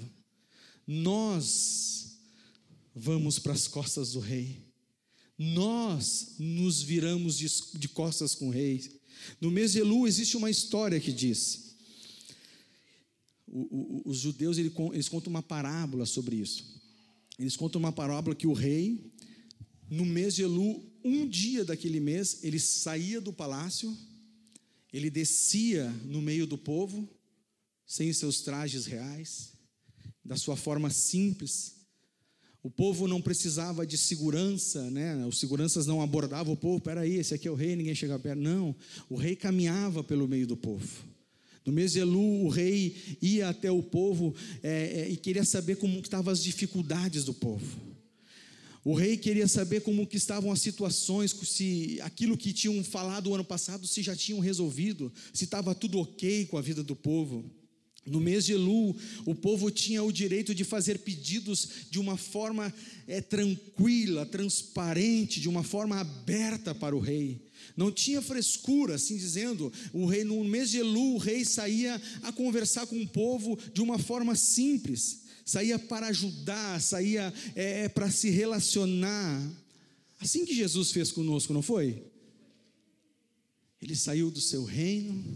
Nós vamos para as costas do rei. Nós nos viramos de, de costas com o rei. No mês de Elul existe uma história que diz, o, o, os judeus eles, eles contam uma parábola sobre isso. Eles contam uma parábola que o rei, no mês de Elul, um dia daquele mês, ele saía do palácio, ele descia no meio do povo, sem seus trajes reais, da sua forma simples. O povo não precisava de segurança, né? Os seguranças não abordavam o povo. Peraí, esse aqui é o rei, ninguém chega perto. Não, o rei caminhava pelo meio do povo. No mês de Elul, o rei ia até o povo é, é, e queria saber como estavam as dificuldades do povo. O rei queria saber como que estavam as situações, se aquilo que tinham falado o ano passado, se já tinham resolvido, se estava tudo ok com a vida do povo. No mês de Elul, o povo tinha o direito de fazer pedidos de uma forma é, tranquila, transparente, de uma forma aberta para o rei. Não tinha frescura, assim dizendo. O rei, no mês de Elul, o rei saía a conversar com o povo de uma forma simples, saía para ajudar, saía é, para se relacionar. Assim que Jesus fez conosco, não foi? Ele saiu do seu reino,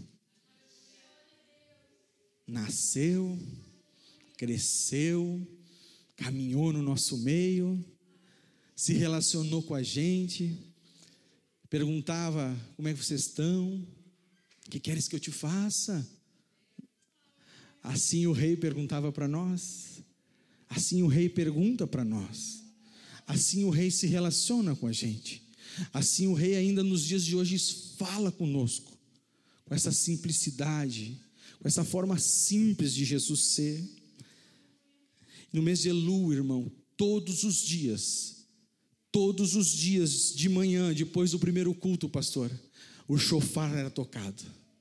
nasceu, cresceu, caminhou no nosso meio, se relacionou com a gente, perguntava: como é que vocês estão? O que queres que eu te faça? Assim o rei perguntava para nós, assim o rei pergunta para nós, assim o rei se relaciona com a gente, assim o rei ainda nos dias de hoje fala conosco, com essa simplicidade, com essa forma simples de Jesus ser. No mês de Elul, irmão, todos os dias, todos os dias de manhã, depois do primeiro culto, pastor, o chofar era tocado.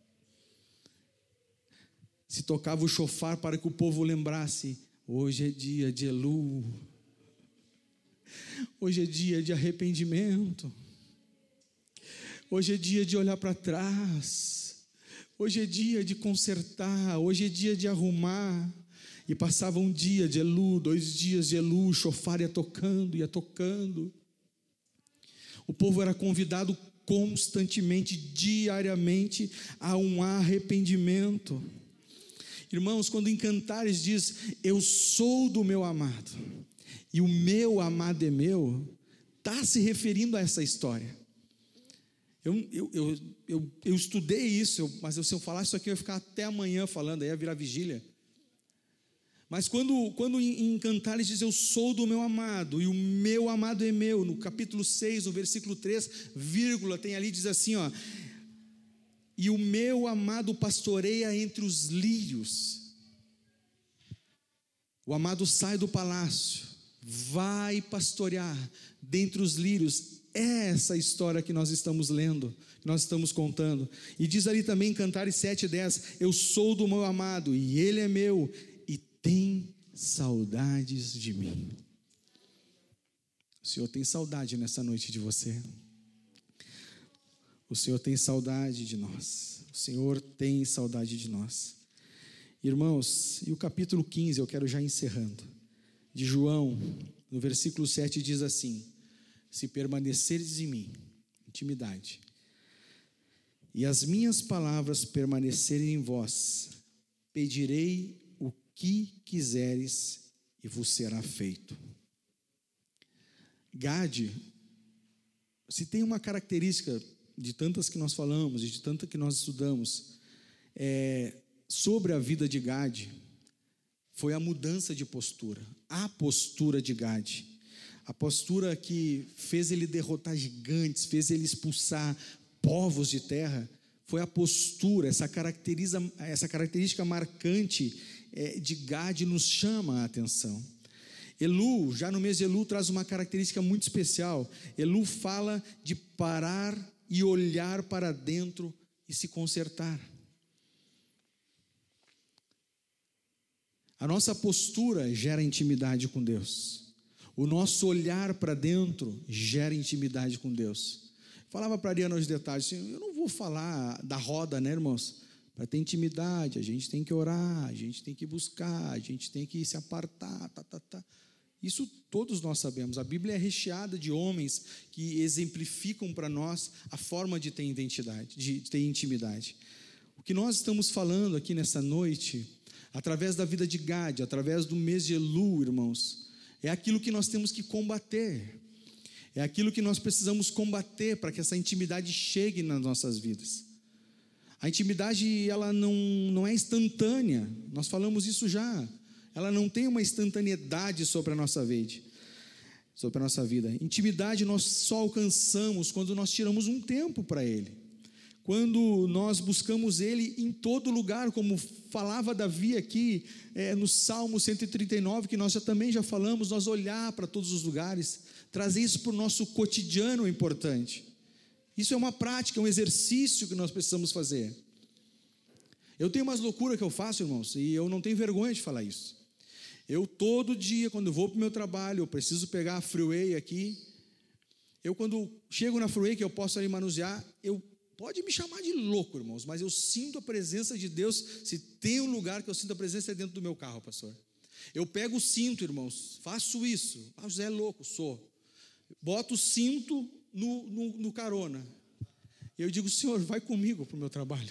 Se tocava o chofar para que o povo lembrasse: hoje é dia de Elul, hoje é dia de arrependimento, hoje é dia de olhar para trás, hoje é dia de consertar, hoje é dia de arrumar. E passava um dia de Elul, dois dias de Elul, o chofar ia tocando, ia tocando. O povo era convidado constantemente, diariamente, a um arrependimento. Irmãos, quando em Cantares diz: eu sou do meu amado, e o meu amado é meu, está se referindo a essa história. Eu, eu, eu, eu, eu estudei isso, eu, mas se eu falar isso aqui, eu ia ficar até amanhã falando, aí ia virar vigília. Mas quando, quando em, em Cantares diz: eu sou do meu amado, e o meu amado é meu, no capítulo seis, no versículo três, vírgula, tem ali, diz assim, ó: e o meu amado pastoreia entre os lírios. O amado sai do palácio, vai pastorear dentre os lírios. É essa história que nós estamos lendo, que nós estamos contando. E diz ali também em Cantares sete, dez: eu sou do meu amado, e ele é meu, e tem saudades de mim. O Senhor tem saudade nessa noite de você. O Senhor tem saudade de nós. O Senhor tem saudade de nós. Irmãos, e o capítulo quinze, eu quero já encerrando, de João, no versículo sete, diz assim: se permaneceres em mim, intimidade, e as minhas palavras permanecerem em vós, pedirei o que quiseres e vos será feito. Gade, se tem uma característica de tantas que nós falamos e de tantas que nós estudamos é, sobre a vida de Gade, foi a mudança de postura, a postura de Gade, a postura que fez ele derrotar gigantes, fez ele expulsar povos de terra. Foi a postura, essa, caracteriza, essa característica marcante é, de Gade nos chama a atenção. Elul, já no mês de Elul, traz uma característica muito especial. Elul fala de parar e olhar para dentro e se consertar. A nossa postura gera intimidade com Deus. O nosso olhar para dentro gera intimidade com Deus. Falava para a Ariana hoje de tarde, assim, eu não vou falar da roda, né, irmãos? Para ter intimidade, a gente tem que orar, a gente tem que buscar, a gente tem que se apartar, tá, tá, tá. Isso todos nós sabemos. A Bíblia é recheada de homens que exemplificam para nós a forma de ter identidade, de ter intimidade. O que nós estamos falando aqui nessa noite, através da vida de Gade, através do mês de Elul, irmãos, é aquilo que nós temos que combater. É aquilo que nós precisamos combater para que essa intimidade chegue nas nossas vidas. A intimidade, ela não, não é instantânea, nós falamos isso já. Ela não tem uma instantaneidade sobre a nossa vida. sobre a nossa vida. Intimidade nós só alcançamos quando nós tiramos um tempo para Ele, quando nós buscamos Ele em todo lugar, como falava Davi aqui, é, no Salmo cento e trinta e nove, que nós já também já falamos, nós olhar para todos os lugares, trazer isso para o nosso cotidiano é importante. Isso é uma prática, é um exercício que nós precisamos fazer. Eu tenho umas loucuras que eu faço, irmãos, e eu não tenho vergonha de falar isso. Eu todo dia, quando vou para o meu trabalho, eu preciso pegar a freeway aqui. Eu quando chego na freeway, que eu posso ali manusear, eu pode me chamar de louco, irmãos, mas eu sinto a presença de Deus. Se tem um lugar que eu sinto a presença, é dentro do meu carro, pastor. Eu pego o cinto, irmãos, faço isso. Ah, José é louco, sou. Boto o cinto no, no, no carona. Eu digo, Senhor, vai comigo para o meu trabalho.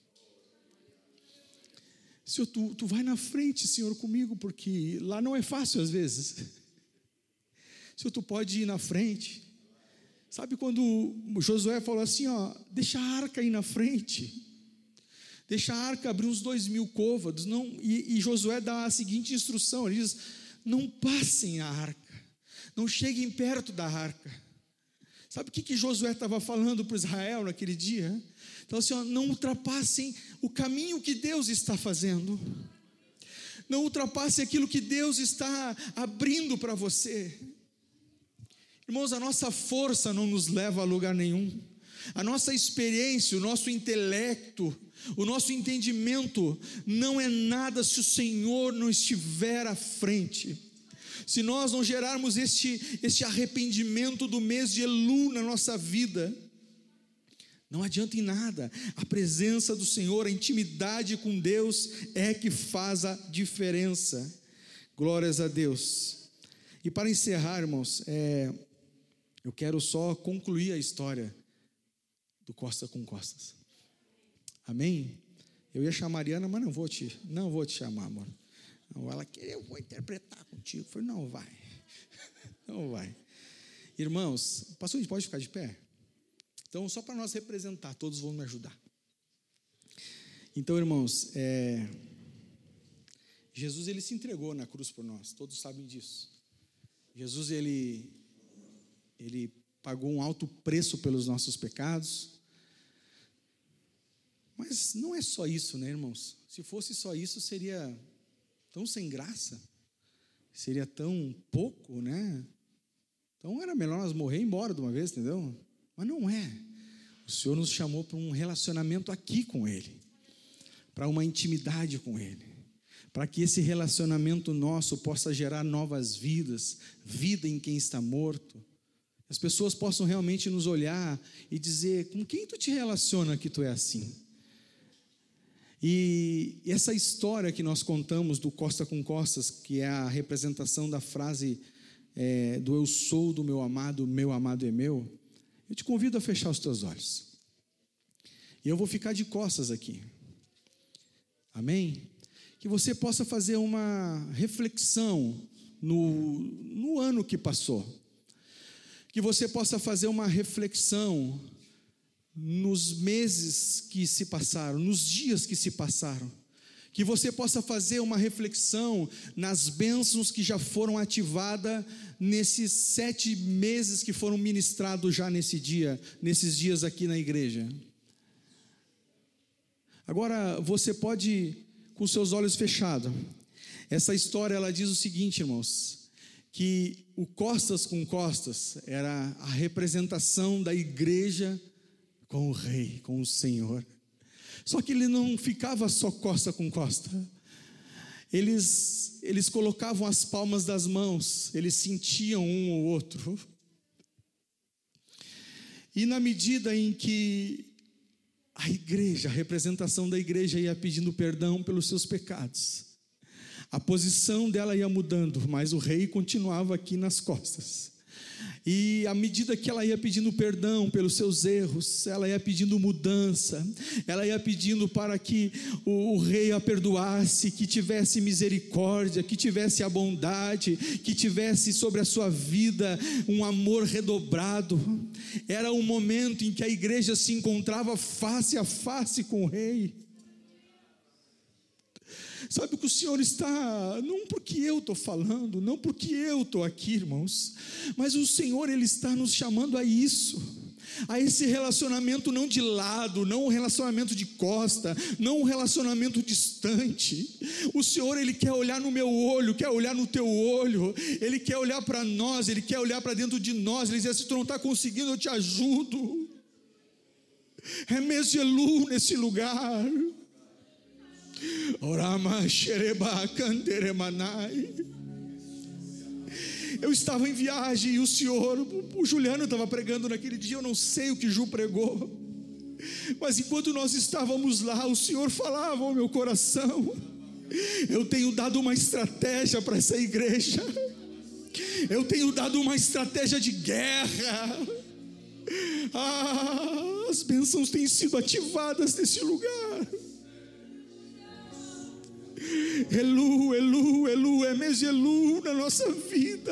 Senhor, tu, tu vai na frente, Senhor, comigo, porque lá não é fácil às vezes. Senhor, tu pode ir na frente. Sabe quando Josué falou assim, ó, deixa a arca aí na frente. Deixa a arca abrir uns dois mil côvados. Não, e, e Josué dá a seguinte instrução, ele diz, não passem a arca, não cheguem perto da arca. Sabe o que, que Josué estava falando para Israel naquele dia? Então assim, ó, não ultrapassem o caminho que Deus está fazendo, não ultrapassem aquilo que Deus está abrindo para você. Irmãos, a nossa força não nos leva a lugar nenhum, a nossa experiência, o nosso intelecto, o nosso entendimento não é nada se o Senhor não estiver à frente. Se nós não gerarmos este, este arrependimento do mês de Elul na nossa vida, não adianta em nada. A presença do Senhor, a intimidade com Deus é que faz a diferença. Glórias a Deus. E para encerrar, irmãos, é, eu quero só concluir a história do Costa com Costas. Amém? Eu ia chamar a Mariana, mas não vou te, não vou te chamar, amor. Não, ela queria, eu vou interpretar contigo. Eu falei, não vai. Não vai. Irmãos, pastor, a gente pode ficar de pé? Então, só para nós representar, todos vão me ajudar. Então, irmãos, é, Jesus, ele se entregou na cruz por nós, todos sabem disso. Jesus, ele, ele pagou um alto preço pelos nossos pecados. Mas não é só isso, né, irmãos? Se fosse só isso, seria tão sem graça, seria tão pouco, né? Então, era melhor nós morrer e ir embora de uma vez, entendeu? Mas não é. O Senhor nos chamou para um relacionamento aqui com Ele, para uma intimidade com Ele, para que esse relacionamento nosso possa gerar novas vidas, vida em quem está morto. As pessoas possam realmente nos olhar e dizer, com quem tu te relaciona que tu é assim? E essa história que nós contamos do Costa com Costas, que é a representação da frase é, do eu sou do meu amado, meu amado é meu, eu te convido a fechar os teus olhos. E eu vou ficar de costas aqui. Amém? Que você possa fazer uma reflexão no, no ano que passou. Que você possa fazer uma reflexão nos meses que se passaram, nos dias que se passaram. Que você possa fazer uma reflexão nas bênçãos que já foram ativadas nesses sete meses que foram ministrados já nesse dia, nesses dias aqui na igreja. Agora, você pode, com seus olhos fechados, essa história ela diz o seguinte, irmãos, que o Costas com Costas era a representação da igreja com o rei, com o Senhor. Só que ele não ficava só costa com costa. Eles, eles colocavam as palmas das mãos, eles sentiam um ou outro. E na medida em que a igreja, a representação da igreja ia pedindo perdão pelos seus pecados, a posição dela ia mudando, mas o rei continuava aqui nas costas. E à medida que ela ia pedindo perdão pelos seus erros, ela ia pedindo mudança, ela ia pedindo para que o, o rei a perdoasse, que tivesse misericórdia, que tivesse a bondade, que tivesse sobre a sua vida um amor redobrado. Era um momento em que a igreja se encontrava face a face com o rei. Sabe que o Senhor está, não porque eu estou falando, não porque eu estou aqui, irmãos, mas o Senhor, Ele está nos chamando a isso, a esse relacionamento não de lado, não um relacionamento de costa, não um relacionamento distante. O Senhor, Ele quer olhar no meu olho, quer olhar no teu olho, Ele quer olhar para nós, Ele quer olhar para dentro de nós, Ele diz: se tu não está conseguindo, eu te ajudo. É Meselu nesse lugar. Orama xereba canteremanai. Eu estava em viagem e o Senhor, o Juliano estava pregando naquele dia, eu não sei o que Ju pregou, mas enquanto nós estávamos lá, o Senhor falava ao meu coração: eu tenho dado uma estratégia para essa igreja, eu tenho dado uma estratégia de guerra. Ah, as bênçãos têm sido ativadas nesse lugar. Elu, Elu, Elu, é Meselu na nossa vida.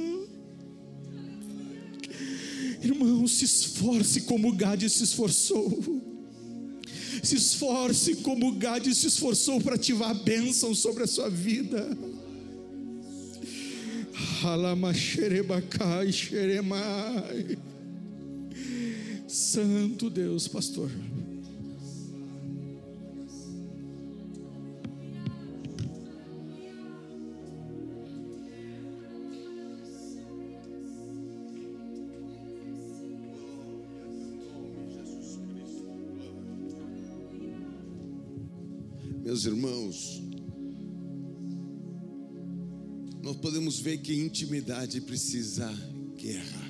Irmão, se esforce como Gade se esforçou. Se esforce como Gade se esforçou para ativar a bênção sobre a sua vida. Santo Deus, pastor. Meus irmãos, nós podemos ver que intimidade precisa guerra.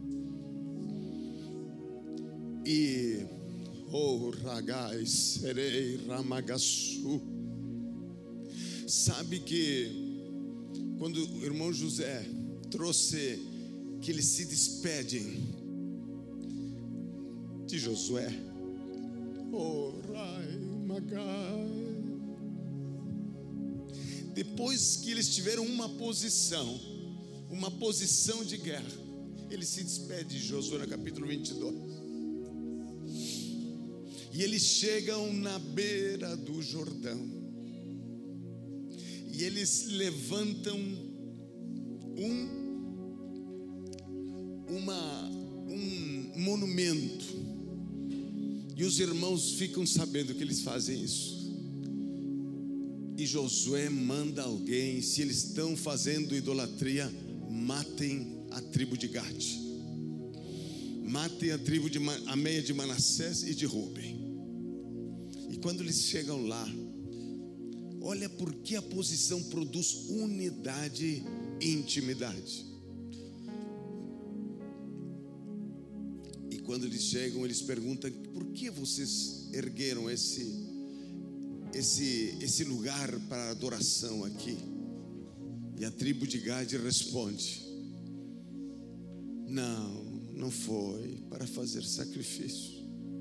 E oh ragai serei ramagaçu. Sabe que quando o irmão José trouxe que eles se despedem de Josué, oh rai magai. Depois que eles tiveram uma posição, uma posição de guerra, ele se despede de Josué no capítulo vinte e dois. E eles chegam na beira do Jordão. E eles levantam um, uma, um monumento. E os irmãos ficam sabendo que eles fazem isso. E Josué manda alguém: se eles estão fazendo idolatria, matem a tribo de Gade, matem a tribo de a meia de Manassés e de Rúben. E quando eles chegam lá, olha porque a posição produz unidade e intimidade. E quando eles chegam, eles perguntam: por que vocês ergueram esse Esse, esse lugar para adoração aqui? E a tribo de Gade responde: não, não foi para fazer sacrifício,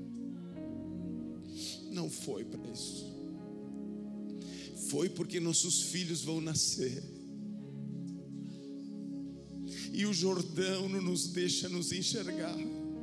não foi para isso, foi porque nossos filhos vão nascer, e o Jordão não nos deixa nos enxergar.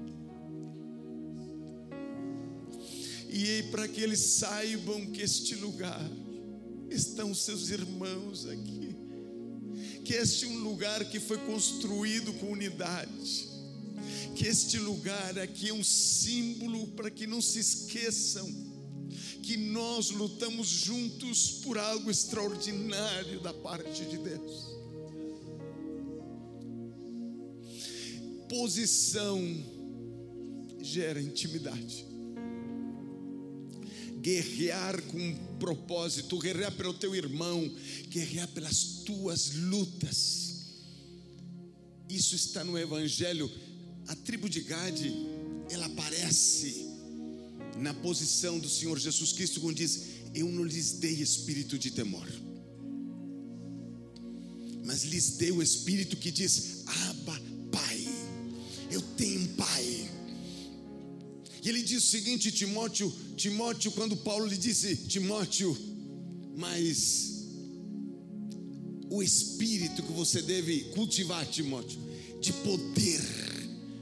E para que eles saibam que este lugar estão seus irmãos aqui, que este é um lugar que foi construído com unidade, que este lugar aqui é um símbolo para que não se esqueçam que nós lutamos juntos por algo extraordinário da parte de Deus. Posição gera intimidade. Guerrear com propósito, guerrear pelo teu irmão, guerrear pelas tuas lutas. Isso está no Evangelho. A tribo de Gade, ela aparece na posição do Senhor Jesus Cristo, quando diz: eu não lhes dei espírito de temor, mas lhes dei o espírito que diz: Abba, Pai, eu tenho um Pai. E ele diz o seguinte: Timóteo, Timóteo, quando Paulo lhe disse: Timóteo, mas o espírito que você deve cultivar, Timóteo, de poder,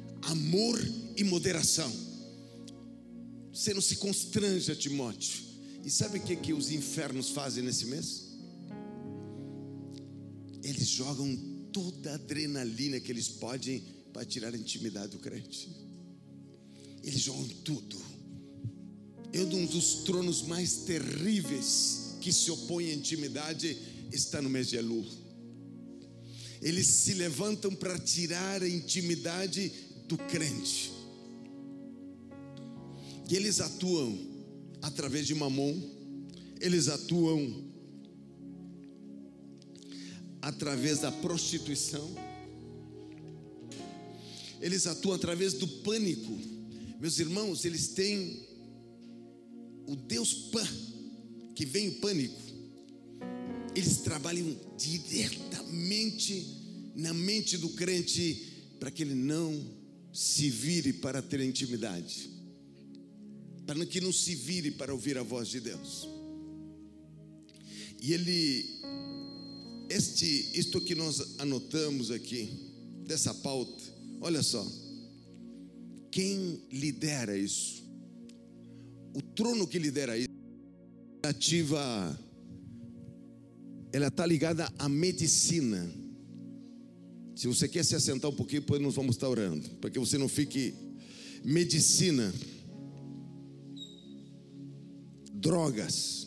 amor e moderação. Você não se constranja, Timóteo, E sabe o que, que os infernos fazem nesse mês? Eles jogam toda a adrenalina que eles podem para tirar a intimidade do crente. Eles jogam tudo. É um dos tronos mais terríveis que se opõe à intimidade, está no mês de Elul. Eles se levantam para tirar a intimidade do crente. E eles atuam através de Mamon, eles atuam através da prostituição, eles atuam através do pânico. Meus irmãos, eles têm o Deus Pã, que vem o pânico. Eles trabalham diretamente na mente do crente para que ele não se vire para ter intimidade, para que não se vire para ouvir a voz de Deus. E ele, este, isto que nós anotamos aqui, dessa pauta, olha só, quem lidera isso? O trono que lidera isso, ativa, ela está ligada à medicina. Se você quer se assentar um pouquinho, depois nós vamos estar orando, para que você não fique. Medicina, drogas,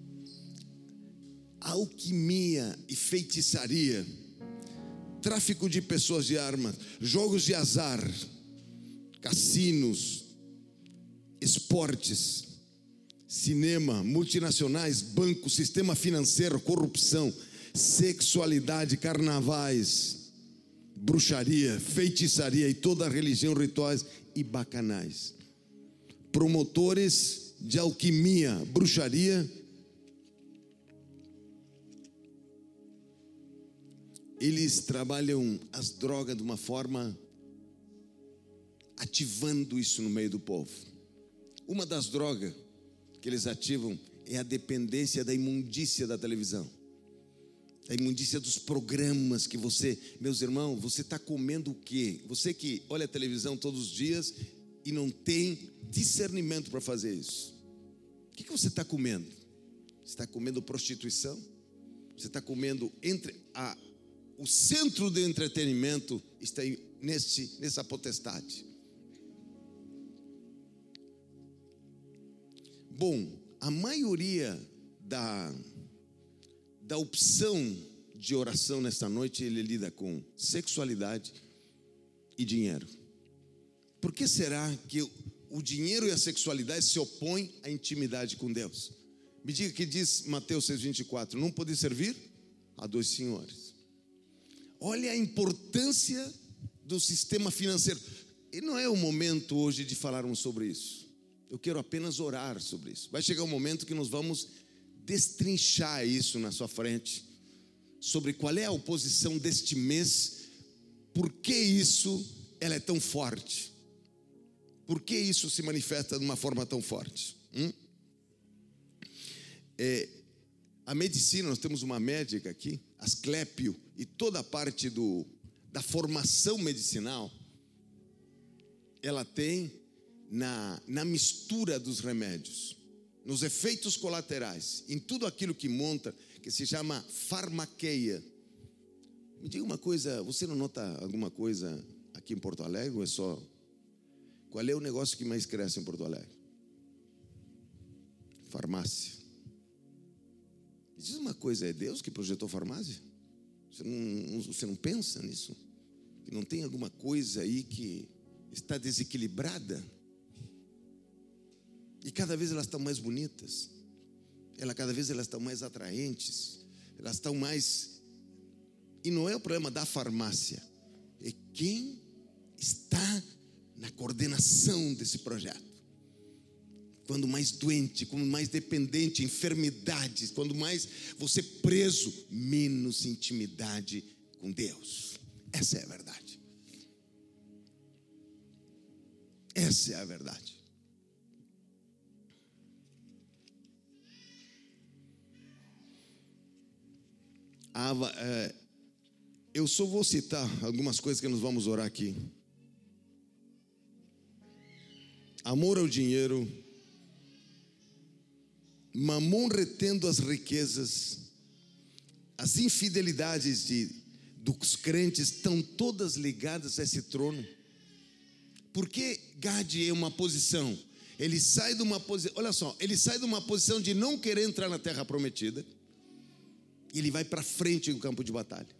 alquimia e feitiçaria, tráfico de pessoas de armas, jogos de azar, cassinos, esportes, cinema, multinacionais, bancos, sistema financeiro, corrupção, sexualidade, carnavais, bruxaria, feitiçaria e toda a religião, rituais e bacanais, promotores de alquimia, bruxaria, eles trabalham as drogas de uma forma, ativando isso no meio do povo. Uma das drogas que eles ativam é a dependência da imundícia da televisão, a imundícia dos programas que você, meus irmãos, você está comendo o quê? Você que olha a televisão todos os dias e não tem discernimento para fazer isso, o que, que você está comendo? Você está comendo prostituição? Você está comendo entre a, o centro do entretenimento está nesse, nessa potestade. Bom, a maioria da, da opção de oração nesta noite, ele lida com sexualidade e dinheiro. Por que será que o, o dinheiro e a sexualidade se opõem à intimidade com Deus? Me diga o que diz Mateus seis, vinte e quatro: não pode servir a dois senhores. Olha a importância do sistema financeiro. E não é o momento hoje de falarmos sobre isso. Eu quero apenas orar sobre isso. Vai chegar um momento que nós vamos destrinchar isso na sua frente, sobre qual é a oposição deste mês, por que isso ela é tão forte, por que isso se manifesta de uma forma tão forte. Hum? É, a medicina, nós temos uma médica aqui, Asclépio, e toda a parte do, da formação medicinal, ela tem Na, na mistura dos remédios, nos efeitos colaterais, em tudo aquilo que monta, que se chama farmaqueia. Me diga uma coisa, você não nota alguma coisa aqui em Porto Alegre ou é só? Qual é o negócio que mais cresce em Porto Alegre? Farmácia. Me diz uma coisa, é Deus que projetou farmácia? Você não, você não pensa nisso? Que não tem alguma coisa aí que está desequilibrada? E cada vez elas estão mais bonitas, ela, cada vez elas estão mais atraentes, elas estão mais... E não é o problema da farmácia, é quem está na coordenação desse projeto. Quando mais doente, quando mais dependente, enfermidades, quando mais você preso, menos intimidade com Deus. Essa é a verdade. Essa é a verdade. Ah, é, eu só vou citar algumas coisas que nós vamos orar aqui. Amor ao dinheiro, Mamon retendo as riquezas, as infidelidades de, dos crentes estão todas ligadas a esse trono. Porque Gade é uma posição, ele sai de uma posição, olha só, ele sai de uma posição de não querer entrar na terra prometida, e ele vai para frente no campo de batalha.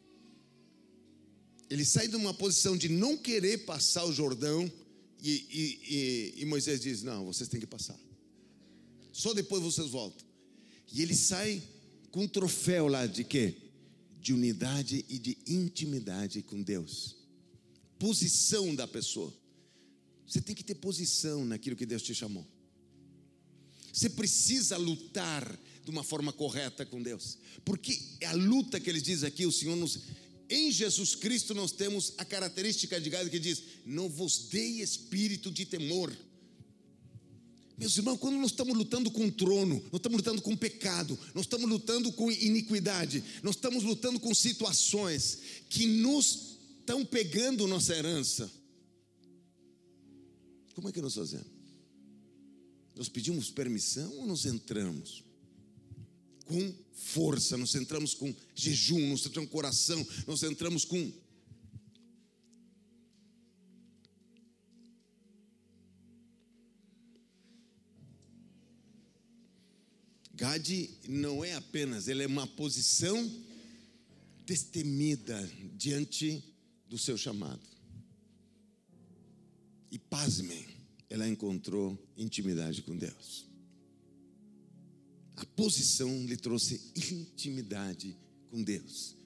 Ele sai de uma posição de não querer passar o Jordão, e, e, e, e Moisés diz: não, vocês têm que passar, só depois vocês voltam. E ele sai com um troféu lá de quê? De unidade e de intimidade com Deus. Posição da pessoa. Você tem que ter posição naquilo que Deus te chamou. Você precisa lutar de uma forma correta com Deus, porque é a luta que ele diz aqui, o Senhor nos... Em Jesus Cristo nós temos a característica de Gade que diz: não vos dei espírito de temor. Meus irmãos, quando nós estamos lutando com o trono, nós estamos lutando com o pecado, nós estamos lutando com iniquidade, nós estamos lutando com situações que nos estão pegando nossa herança. Como é que nós fazemos? Nós pedimos permissão ou nós entramos com força? Nós entramos com jejum, nós entramos com coração, nós entramos com... Gade não é apenas, ela é uma posição destemida diante do seu chamado. E pasmem, ela encontrou intimidade com Deus. A posição lhe trouxe intimidade com Deus.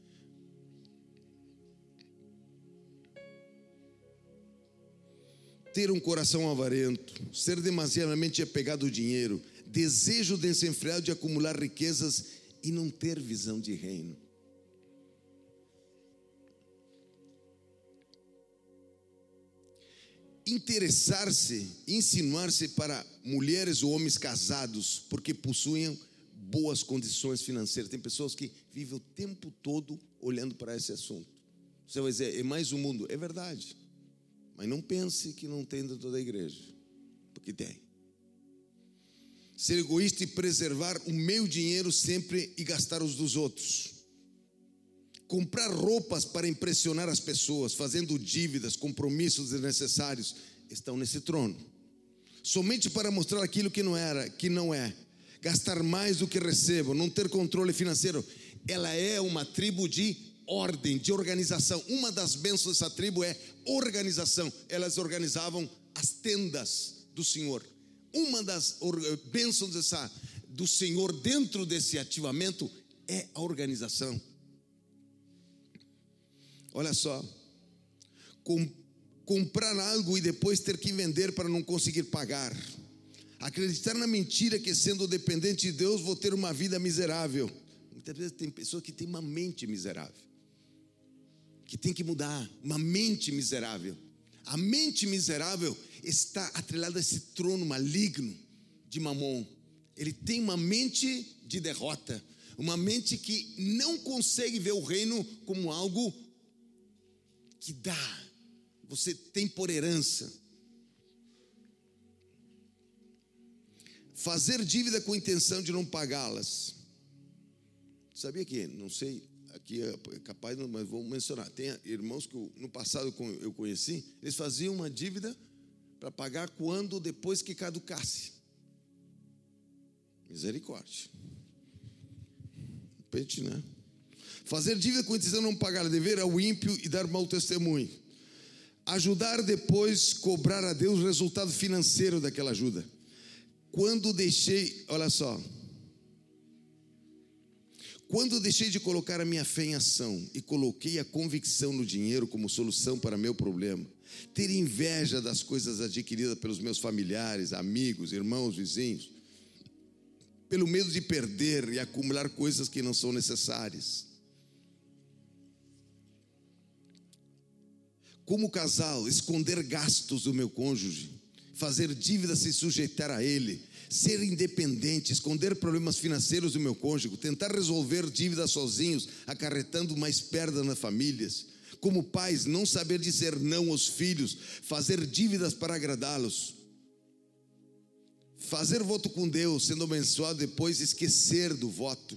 Ter um coração avarento, ser demasiadamente apegado ao dinheiro, desejo desenfreado de acumular riquezas e não ter visão de reino. Interessar-se, insinuar-se para mulheres ou homens casados porque possuem boas condições financeiras. Tem pessoas que vivem o tempo todo olhando para esse assunto. Você vai dizer: é mais um mundo. É verdade, mas não pense que não tem dentro da igreja, porque tem. Ser egoísta e preservar o meu dinheiro sempre e gastar os dos outros. Comprar roupas para impressionar as pessoas, fazendo dívidas, compromissos desnecessários, estão nesse trono. Somente para mostrar aquilo que não era, que não é. Gastar mais do que recebo, não ter controle financeiro. Ela é uma tribo de ordem, de organização. Uma das bênçãos dessa tribo é organização. Elas organizavam as tendas do Senhor. Uma das bênçãos dessa, do Senhor dentro desse ativamento é a organização. Olha só, com, comprar algo e depois ter que vender para não conseguir pagar. Acreditar na mentira que, sendo dependente de Deus, vou ter uma vida miserável. Muitas vezes tem pessoas que têm uma mente miserável, que tem que mudar, uma mente miserável. A mente miserável está atrelada a esse trono maligno de Mamon. Ele tem uma mente de derrota, uma mente que não consegue ver o reino como algo que dá, você tem por herança. Fazer dívida com intenção de não pagá-las. Sabia que, não sei, aqui é capaz, mas vou mencionar, tem irmãos que no passado eu conheci, eles faziam uma dívida para pagar quando, depois que caducasse. Misericórdia. Pente, né? Fazer dívida com intenção de não pagar, dever ao ímpio e dar mau testemunho. Ajudar depois, cobrar a Deus o resultado financeiro daquela ajuda. Quando deixei, olha só, quando deixei de colocar a minha fé em ação e coloquei a convicção no dinheiro como solução para meu problema, ter inveja das coisas adquiridas pelos meus familiares, amigos, irmãos, vizinhos, pelo medo de perder e acumular coisas que não são necessárias. Como casal, esconder gastos do meu cônjuge, fazer dívidas se sujeitar a ele, ser independente, esconder problemas financeiros do meu cônjuge, tentar resolver dívidas sozinhos, acarretando mais perdas nas famílias. Como pais, não saber dizer não aos filhos, fazer dívidas para agradá-los, Fazer voto com Deus, sendo abençoado, depois esquecer do voto.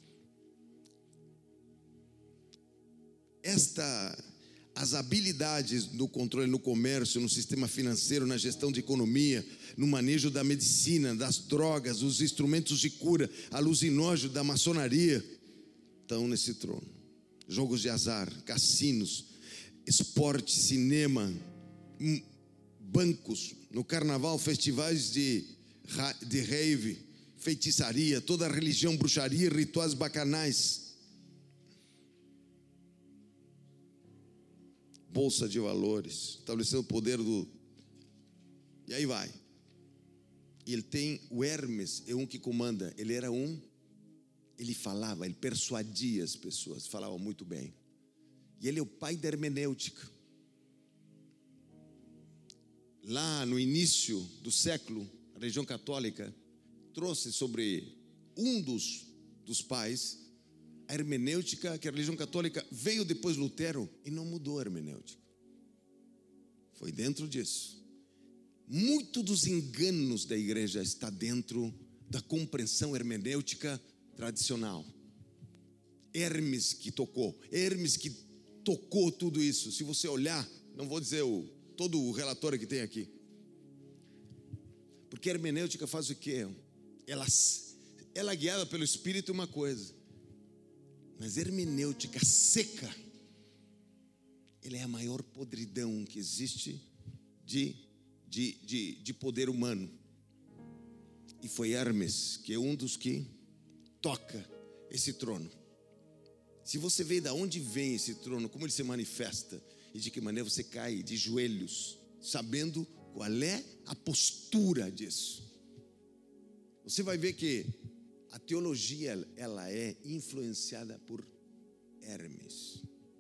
Esta, as habilidades no controle, no comércio, no sistema financeiro, na gestão de economia, no manejo da medicina, das drogas, os instrumentos de cura, alucinógeno, da maçonaria, estão nesse trono. Jogos de azar, cassinos, esporte, cinema, bancos, no carnaval, festivais de, de rave, feitiçaria, toda a religião, bruxaria, rituais bacanais, bolsa de valores, estabelecendo o poder do... E aí vai. E ele tem o Hermes, é um que comanda. Ele era um, ele falava, ele persuadia as pessoas, falava muito bem. E ele é o pai da hermenêutica. Lá no início do século, a religião católica trouxe sobre um dos, dos pais a hermenêutica, que a religião católica veio depois de Lutero e não mudou a hermenêutica. Foi dentro disso. Muito dos enganos da igreja está dentro da compreensão hermenêutica tradicional. Hermes que tocou, Hermes que tocou tudo isso. Se você olhar, não vou dizer o, todo o relatório que tem aqui, porque a hermenêutica faz o quê? Ela, ela é guiada pelo Espírito, uma coisa, mas hermenêutica seca, ela é a maior podridão que existe de, de, de, de poder humano. E foi Hermes que é um dos que toca esse trono. Se você vê de onde vem esse trono, como ele se manifesta e de que maneira você cai de joelhos, sabendo qual é a postura disso, você vai ver que a teologia, ela é influenciada por Hermes.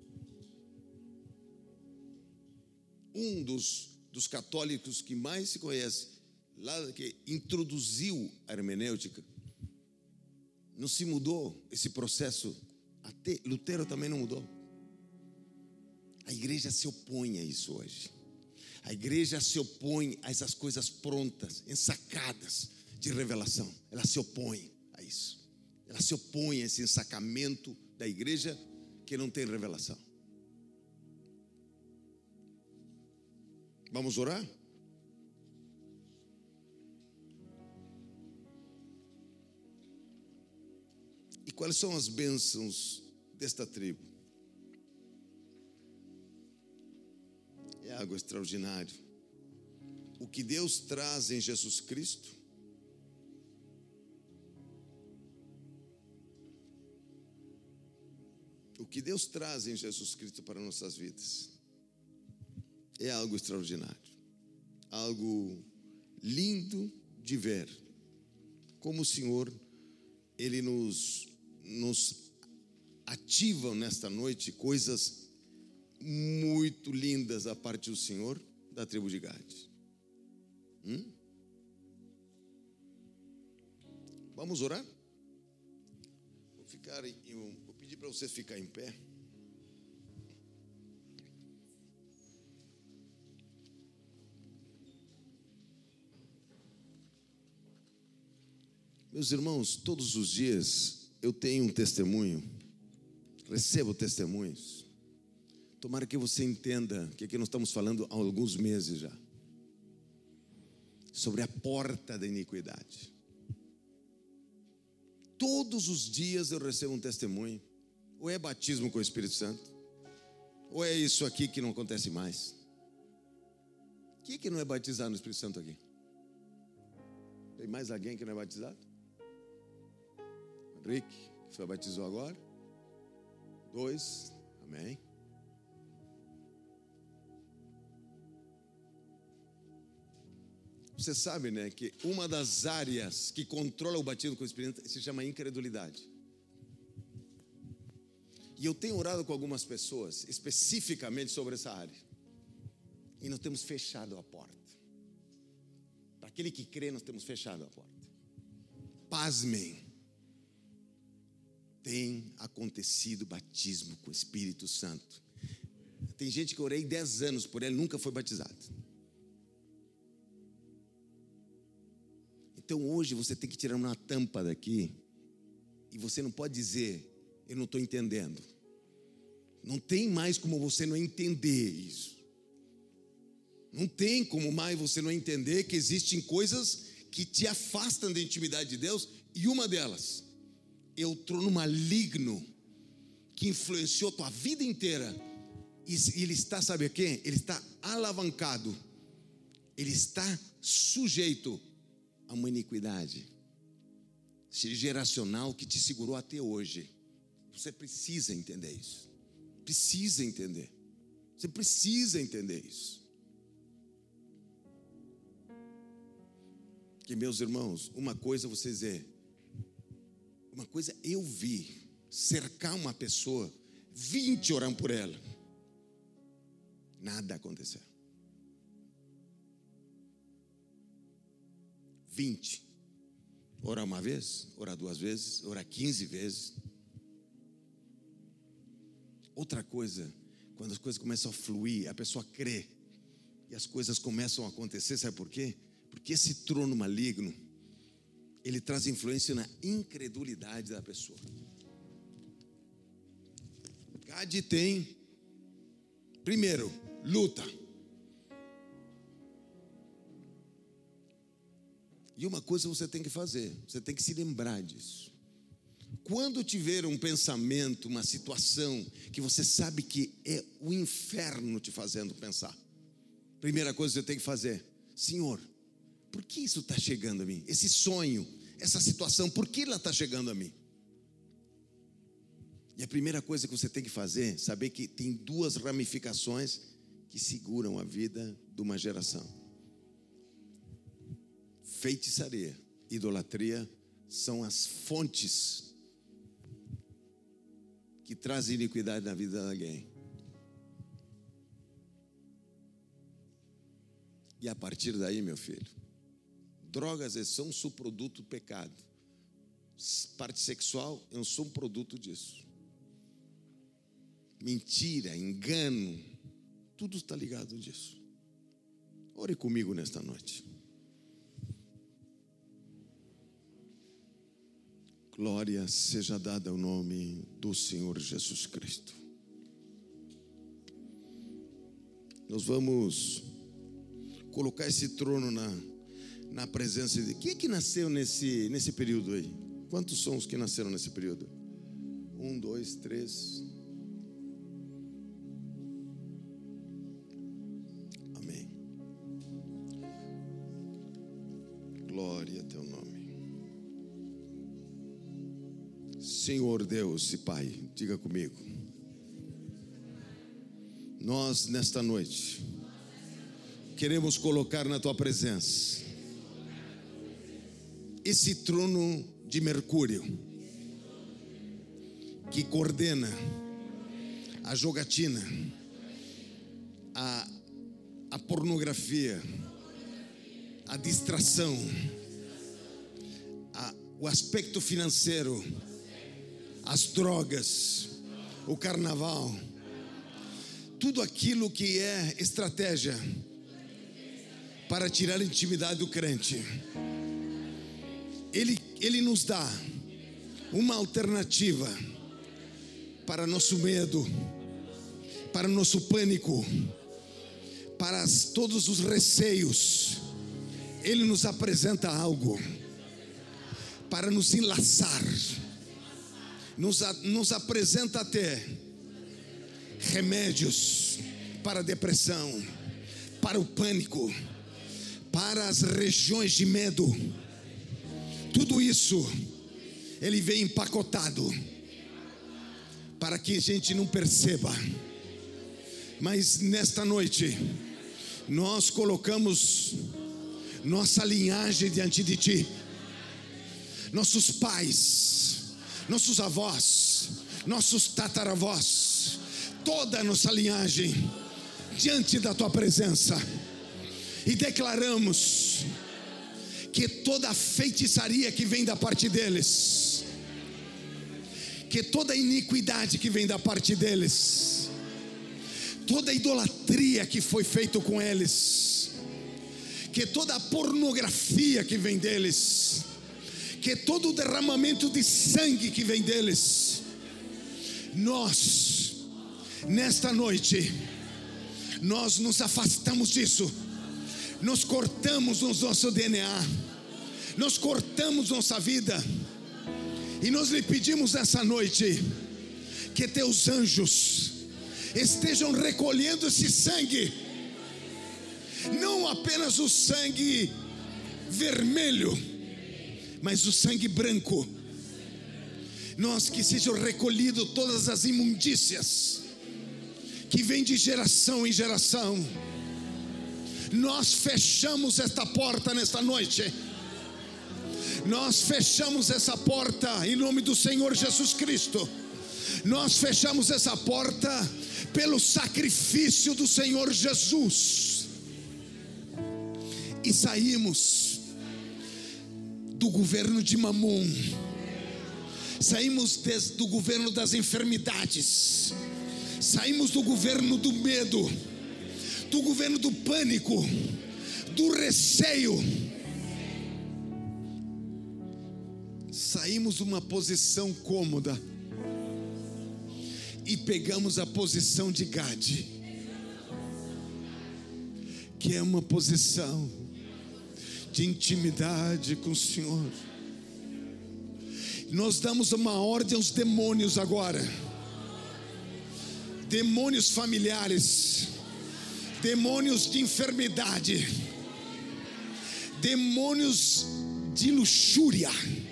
Um dos, dos católicos que mais se conhece, lá que introduziu a hermenêutica, não se mudou esse processo, até Lutero também não mudou. A igreja se opõe a isso hoje. A igreja se opõe a essas coisas prontas, ensacadas de revelação. Ela se opõe a isso. Ela se opõe a esse ensacamento da igreja que não tem revelação. Vamos orar? E quais são as bênçãos desta tribo? É algo extraordinário. O que Deus traz em Jesus Cristo O que Deus traz em Jesus Cristo para nossas vidas é algo extraordinário, algo lindo de ver. Como o Senhor, Ele nos, nos ativa nesta noite coisas muito lindas a parte do Senhor da tribo de Gade. Hum? Vamos orar? Vou ficar em, eu vou pedir para você ficar em pé. Meus irmãos, todos os dias eu tenho um testemunho, recebo testemunhos. Tomara que você entenda que aqui nós estamos falando há alguns meses já, sobre a porta da iniquidade. Todos os dias eu recebo um testemunho. Ou é batismo com o Espírito Santo, ou é isso aqui que não acontece mais. Quem é que não é batizado no Espírito Santo aqui? Tem mais alguém que não é batizado? Rick, que foi batizou agora. Dois, amém. Você sabe, né, que uma das áreas que controla o batismo com o Espírito Santo se chama incredulidade. E eu tenho orado com algumas pessoas especificamente sobre essa área. E nós temos fechado a porta. Para aquele que crê, nós temos fechado a porta. Pasmem. Tem acontecido batismo com o Espírito Santo. Tem gente que eu orei dez anos por ele, nunca foi batizado. Então hoje você tem que tirar uma tampa daqui, e você não pode dizer, eu não estou entendendo. Não tem mais como você não entender isso. Não tem como mais você não entender que existem coisas que te afastam da intimidade de Deus, e uma delas é o trono maligno que influenciou tua vida inteira. E ele está, sabe o quê? Ele está alavancado, ele está sujeito a uma iniquidade geracional que te segurou até hoje. Você precisa entender isso. Precisa entender. Você precisa entender isso. Que, meus irmãos, uma coisa você dizer, uma coisa eu vi cercar uma pessoa, vinte orando por ela, nada aconteceu. vinte. Orar uma vez, orar duas vezes, orar quinze vezes. Outra coisa, quando as coisas começam a fluir, a pessoa crê, e as coisas começam a acontecer, sabe por quê? Porque esse trono maligno, ele traz influência na incredulidade da pessoa. Gade tem, primeiro, luta. E uma coisa você tem que fazer, você tem que se lembrar disso. Quando tiver um pensamento, uma situação que você sabe que é o inferno te fazendo pensar, primeira coisa que você tem que fazer: Senhor, por que isso está chegando a mim? Esse sonho, essa situação, por que ela está chegando a mim? E a primeira coisa que você tem que fazer, saber que tem duas ramificações que seguram a vida de uma geração: feitiçaria, idolatria, são as fontes que trazem iniquidade na vida de alguém. E a partir daí, meu filho, drogas são um subproduto do pecado. Parte sexual é um subproduto disso. Mentira, engano, tudo está ligado disso. Ore comigo nesta noite. Glória seja dada ao nome do Senhor Jesus Cristo. Nós vamos colocar esse trono na, na presença de... Quem é que nasceu nesse, nesse período aí? Quantos são os que nasceram nesse período? Um, dois, três. Amém. Glória a teu nome. Senhor Deus e Pai, diga comigo. Nós nesta noite queremos colocar na tua presença esse trono de Mercúrio que coordena a jogatina, a, a pornografia, a distração, a, o aspecto financeiro, as drogas, o carnaval, tudo aquilo que é estratégia para tirar a intimidade do crente. Ele, ele nos dá uma alternativa para nosso medo, para nosso pânico, para as, todos os receios. Ele nos apresenta algo para nos enlaçar. Nos, nos apresenta até remédios para a depressão, para o pânico, para as regiões de medo. Tudo isso ele vem empacotado para que a gente não perceba. Mas nesta noite nós colocamos nossa linhagem diante de ti, nossos pais, nossos avós, nossos tataravós, toda a nossa linhagem diante da tua presença, e declaramos que toda a feitiçaria que vem da parte deles, que toda a iniquidade que vem da parte deles, toda a idolatria que foi feita com eles, que toda a pornografia que vem deles, que todo o derramamento de sangue que vem deles, nós, nesta noite, nós nos afastamos disso, nós cortamos o nosso D N A, nós cortamos nossa vida, e nós lhe pedimos nessa noite, que teus anjos estejam recolhendo esse sangue, não apenas o sangue vermelho, mas o sangue branco. Nós que sejam recolhidos todas as imundícias que vem de geração em geração. Nós fechamos esta porta nesta noite. Nós fechamos essa porta em nome do Senhor Jesus Cristo. Nós fechamos essa porta pelo sacrifício do Senhor Jesus. E saímos do governo de Mamon. Saímos des, do governo das enfermidades. Saímos do governo do medo, do governo do pânico, do receio. Saímos de uma posição cômoda e pegamos a posição de Gade, que é uma posição de intimidade com o Senhor. Nós damos uma ordem aos demônios agora, demônios familiares, demônios de enfermidade, demônios de luxúria,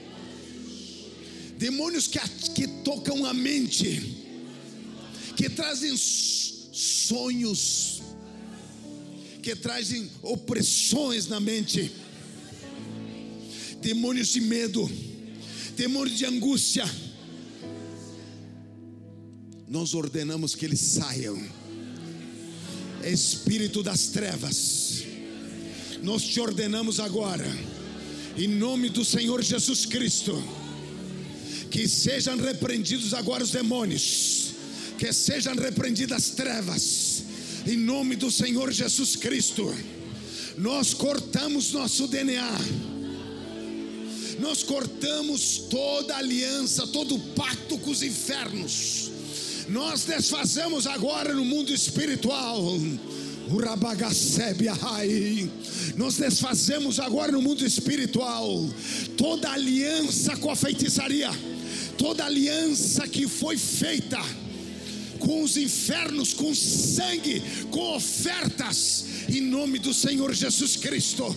demônios que, que tocam a mente, que trazem sonhos, que trazem opressões na mente, demônios de medo, demônios de angústia. Nós ordenamos que eles saiam. Espírito das trevas, nós te ordenamos agora, em nome do Senhor Jesus Cristo, que sejam repreendidos agora os demônios, que sejam repreendidas as trevas, em nome do Senhor Jesus Cristo. Nós cortamos nosso D N A, nós cortamos toda aliança, todo pacto com os infernos. Nós desfazemos agora no mundo espiritual. Nós desfazemos agora no mundo espiritual toda aliança com a feitiçaria, toda aliança que foi feita com os infernos, com sangue, com ofertas, em nome do Senhor Jesus Cristo.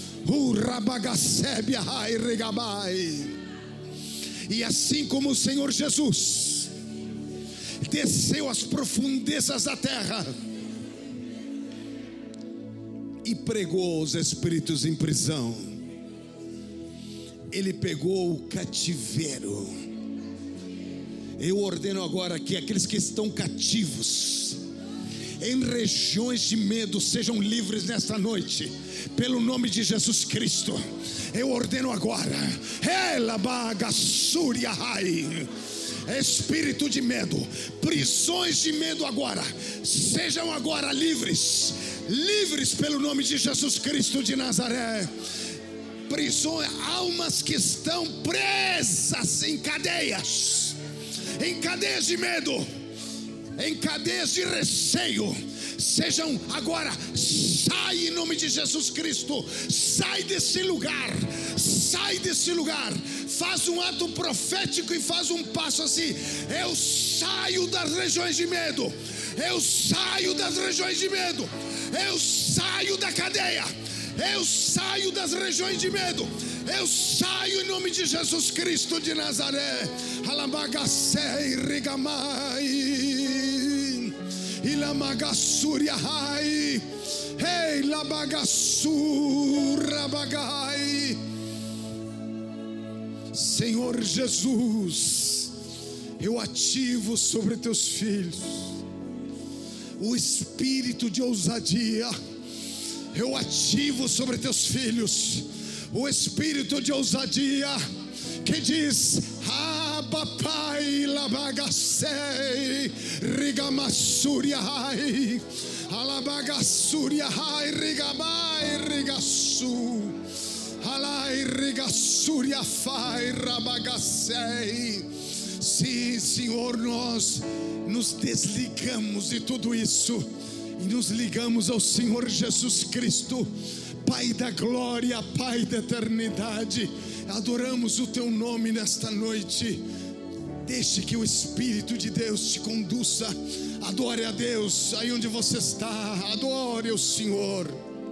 E assim como o Senhor Jesus desceu às profundezas da terra e pregou os espíritos em prisão, Ele pegou o cativeiro. Eu ordeno agora que aqueles que estão cativos em regiões de medo sejam livres nesta noite, pelo nome de Jesus Cristo. Eu ordeno agora, ela bagaçúria rai, espírito de medo, prisões de medo agora, sejam agora livres, livres pelo nome de Jesus Cristo de Nazaré. Prisões, almas que estão presas em cadeias, em cadeias de medo, em cadeias de receio, sejam agora, sai em nome de Jesus Cristo, sai desse lugar, sai desse lugar, faz um ato profético e faz um passo assim: eu saio das regiões de medo, eu saio das regiões de medo, eu saio da cadeia, eu saio das regiões de medo, eu saio em nome de Jesus Cristo de Nazaré. Alabagacei rigamai, ilamagassúria rai, ei labagassura bagai. Senhor Jesus, eu ativo sobre teus filhos o espírito de ousadia. Eu ativo sobre teus filhos o espírito de ousadia que diz: ah, papai, labagacei, rigamassuriai, Alabagassuria, ai, rigabai, rigassu. Alai, rigassuria, fai, rabagassei. Sim, Senhor, nós nos desligamos de tudo isso e nos ligamos ao Senhor Jesus Cristo, Pai da glória, Pai da eternidade. Adoramos o Teu nome nesta noite. Deixe que o Espírito de Deus te conduza. Adore a Deus aí onde você está. Adore o Senhor.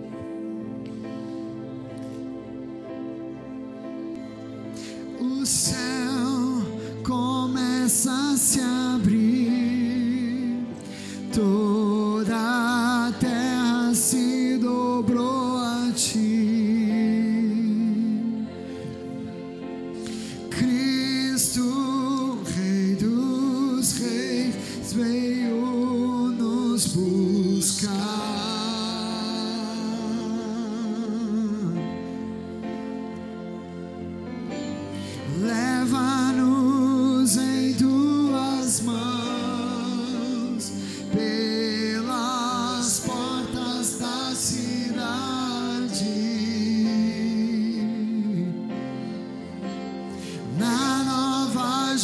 O céu começa a se abrir, toda a terra se dobrou a Ti. Cristo, Rei dos Reis, veio nos buscar. Leva-nos em tuas mãos pelas portas da cidade, na Nova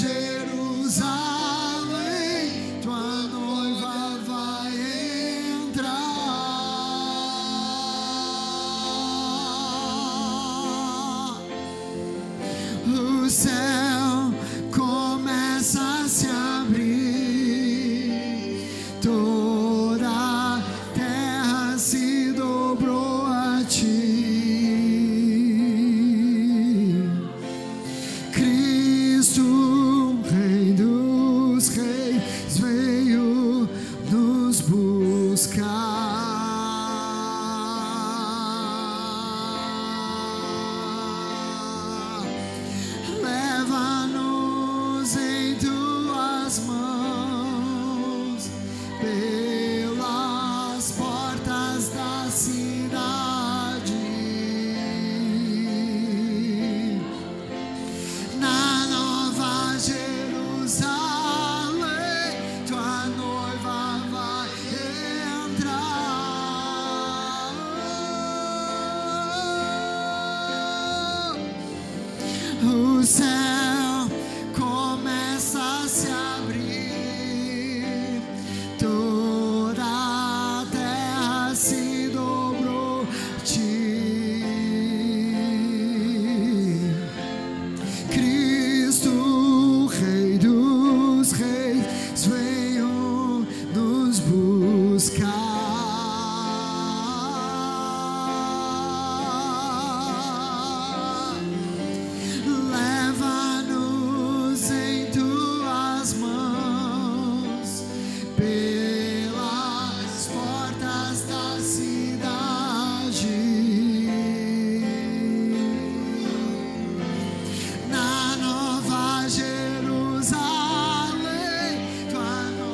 Jerusalém, tua noiva vai entrar. O céu começa a se abrir, toda a terra se dobrou a Ti. Cristo, Rei dos Reis, veio nos buscar. Leva-nos em tuas mãos pelas portas da cidade, na Nova Jerusalém, tua noiva vai entrar. O céu começa a se abrir, toda a terra se dobrou a Ti. Cristo, Rei dos Reis, veio nos buscar. Leva-nos em tuas mãos pelas portas da cidade, na Nova Jerusalém, tua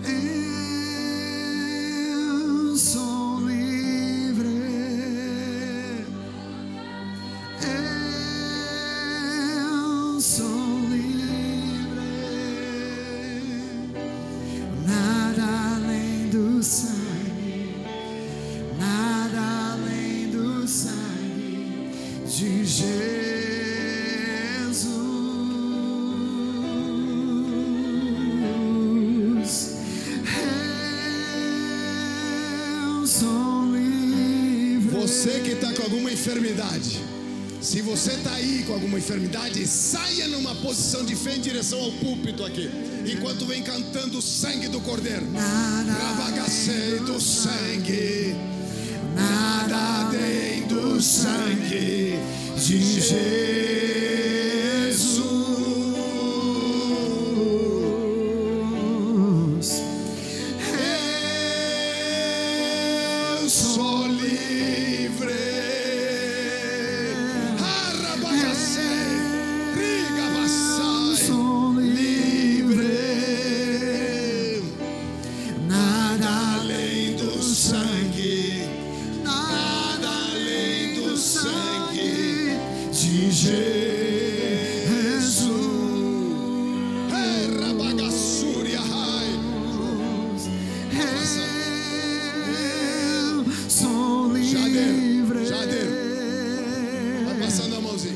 Eu sou livre. Eu sou livre. Nada além do sangue, nada além do sangue de Jesus. Eu sou livre. Você que está com alguma enfermidade, se você está aí com alguma enfermidade, saia numa posição de fé em direção ao púlpito aqui, enquanto vem cantando o sangue do Cordeiro. Rabagacei do sangue, nada além do sangue de Jesus. Eu sou livre. Rabagacei, rigavassai, Sou livre. nada além do sangue, nada além do sangue de Jesus. Hey, rabagassúria, ai. Eu sou livre. Jader, vai passando a mãozinha.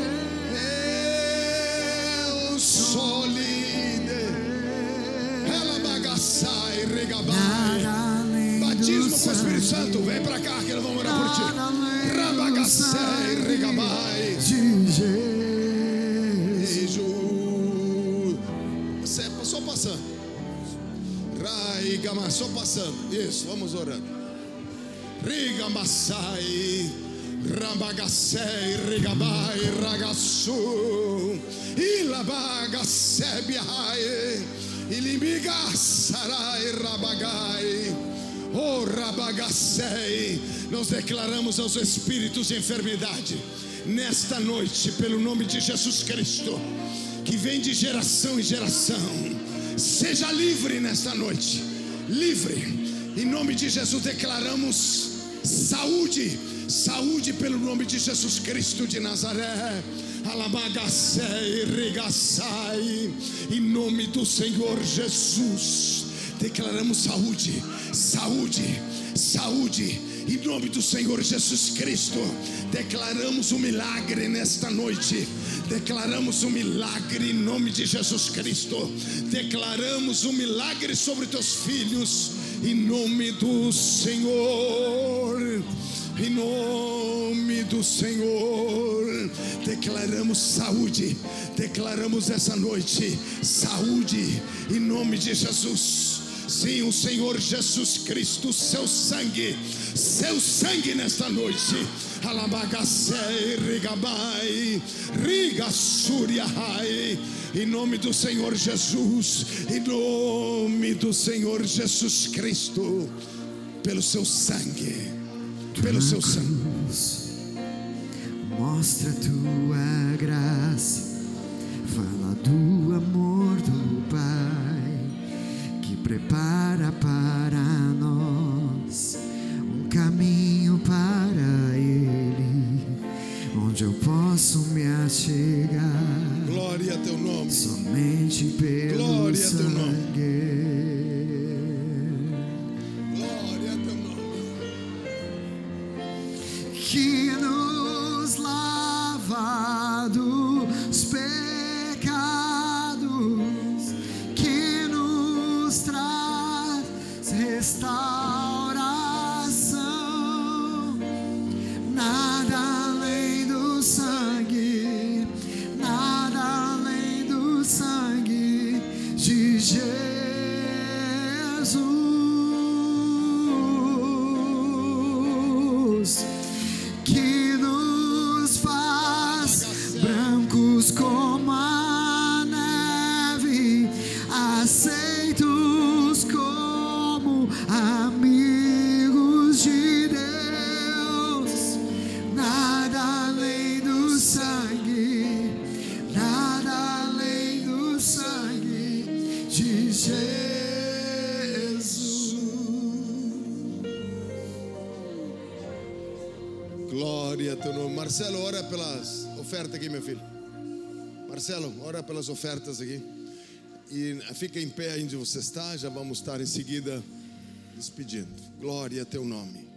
Eu sou líder. Ela bagaçai, regabai. Nada além do Batismo com o Espírito sangue, Santo. Vem pra cá que eles vão orar por ti. nada além do Rabagacei, sangue regabai. de Jesus. Jesus. Você só passando. Rai, gama, só passando. Isso, vamos orando. Riga Massai, Rabagacei, Rigabai, Ragassu, Ilabagacebiai, Ilimigasarai, Rabagai, oh Rabagacei. Nós declaramos aos espíritos de enfermidade nesta noite, pelo nome de Jesus Cristo, que vem de geração em geração, seja livre nesta noite, livre. Em nome de Jesus declaramos saúde, saúde pelo nome de Jesus Cristo de Nazaré. Alabagacei, regaçai, em nome do Senhor Jesus, declaramos saúde, saúde, saúde, em nome do Senhor Jesus Cristo. Declaramos um milagre nesta noite, declaramos um milagre em nome de Jesus Cristo, declaramos um milagre sobre teus filhos, em nome do Senhor, em nome do Senhor. Declaramos saúde, declaramos essa noite saúde, em nome de Jesus. Sim, o Senhor Jesus Cristo, seu sangue, seu sangue nesta noite. Alabagacei, rigabai, rigassuriahai. Em nome do Senhor Jesus, em nome do Senhor Jesus Cristo, pelo seu sangue, pelo seu sangue. Mostra tua graça, fala do amor do Pai, que prepara para nós um caminho para Ele, onde eu posso me achegar. Glória a teu nome. Somente pelo Glória a teu nome. sangue. Glória a teu nome. Que nos lava dos pecados, que nos traz restauração. Nada além do sangue, nada além do sangue de Jesus. Que nos faz brancos como a neve, aceitos como amigos de Deus. Nada além do sangue, nada além do sangue de Jesus. Glória a teu nome. Marcelo, ora pelas ofertas aqui, meu filho. Marcelo, ora pelas ofertas aqui. E fica em pé onde você está. Já vamos estar em seguida despedindo. Glória a teu nome.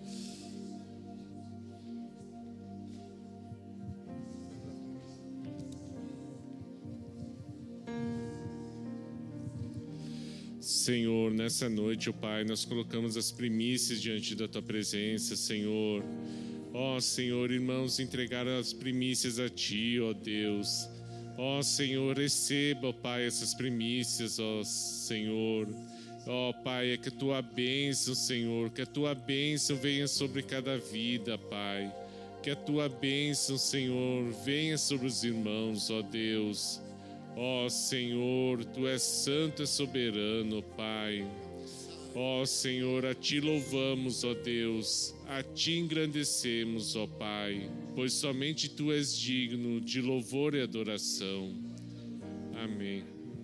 Senhor, nessa noite, ó Pai, nós colocamos as primícias diante da Tua presença, Senhor. Ó Senhor, irmãos, entregaram as primícias a Ti, ó Deus. Ó Senhor, receba, ó Pai, essas primícias, ó Senhor. Ó Pai, é que a Tua bênção, Senhor, que a Tua bênção venha sobre cada vida, Pai. Que a Tua bênção, Senhor, venha sobre os irmãos, ó Deus. Ó Senhor, Tu és santo e soberano, Pai. Ó Senhor, a Ti louvamos, ó Deus, a Ti engrandecemos, ó Pai, pois somente Tu és digno de louvor e adoração. Amém.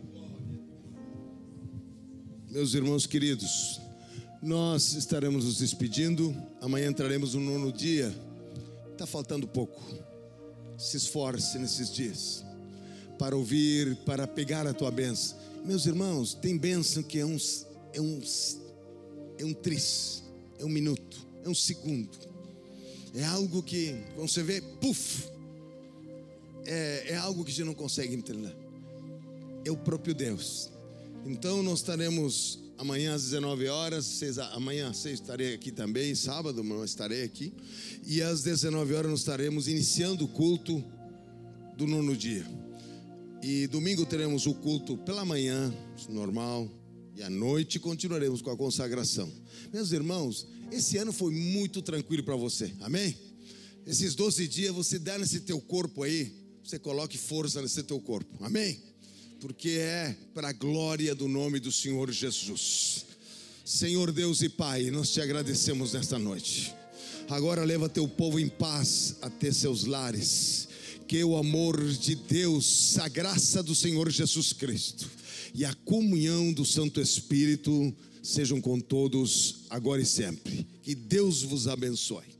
Meus irmãos queridos, nós estaremos nos despedindo. Amanhã entraremos no nono dia. Está faltando pouco. Se esforce nesses dias para ouvir, para pegar a tua bênção. Meus irmãos, tem bênção que é um, é um, é um tris, é um minuto, é um segundo. É algo que, quando você vê, puf, é, é algo que a gente não consegue entender. É o próprio Deus. Então nós estaremos amanhã às dezenove horas, seis, amanhã às seis estarei aqui também, sábado não estarei aqui. E às dezenove horas nós estaremos iniciando o culto do nono dia. E domingo teremos o culto pela manhã, normal, e à noite continuaremos com a consagração. Meus irmãos, esse ano foi muito tranquilo para você, amém? Esses doze dias você dá nesse teu corpo aí, você coloque força nesse teu corpo, amém? Porque é para a glória do nome do Senhor Jesus. Senhor Deus e Pai, nós te agradecemos nesta noite. Agora leva teu povo em paz até seus lares. Que o amor de Deus, a graça do Senhor Jesus Cristo e a comunhão do Santo Espírito sejam com todos agora e sempre. Que Deus vos abençoe.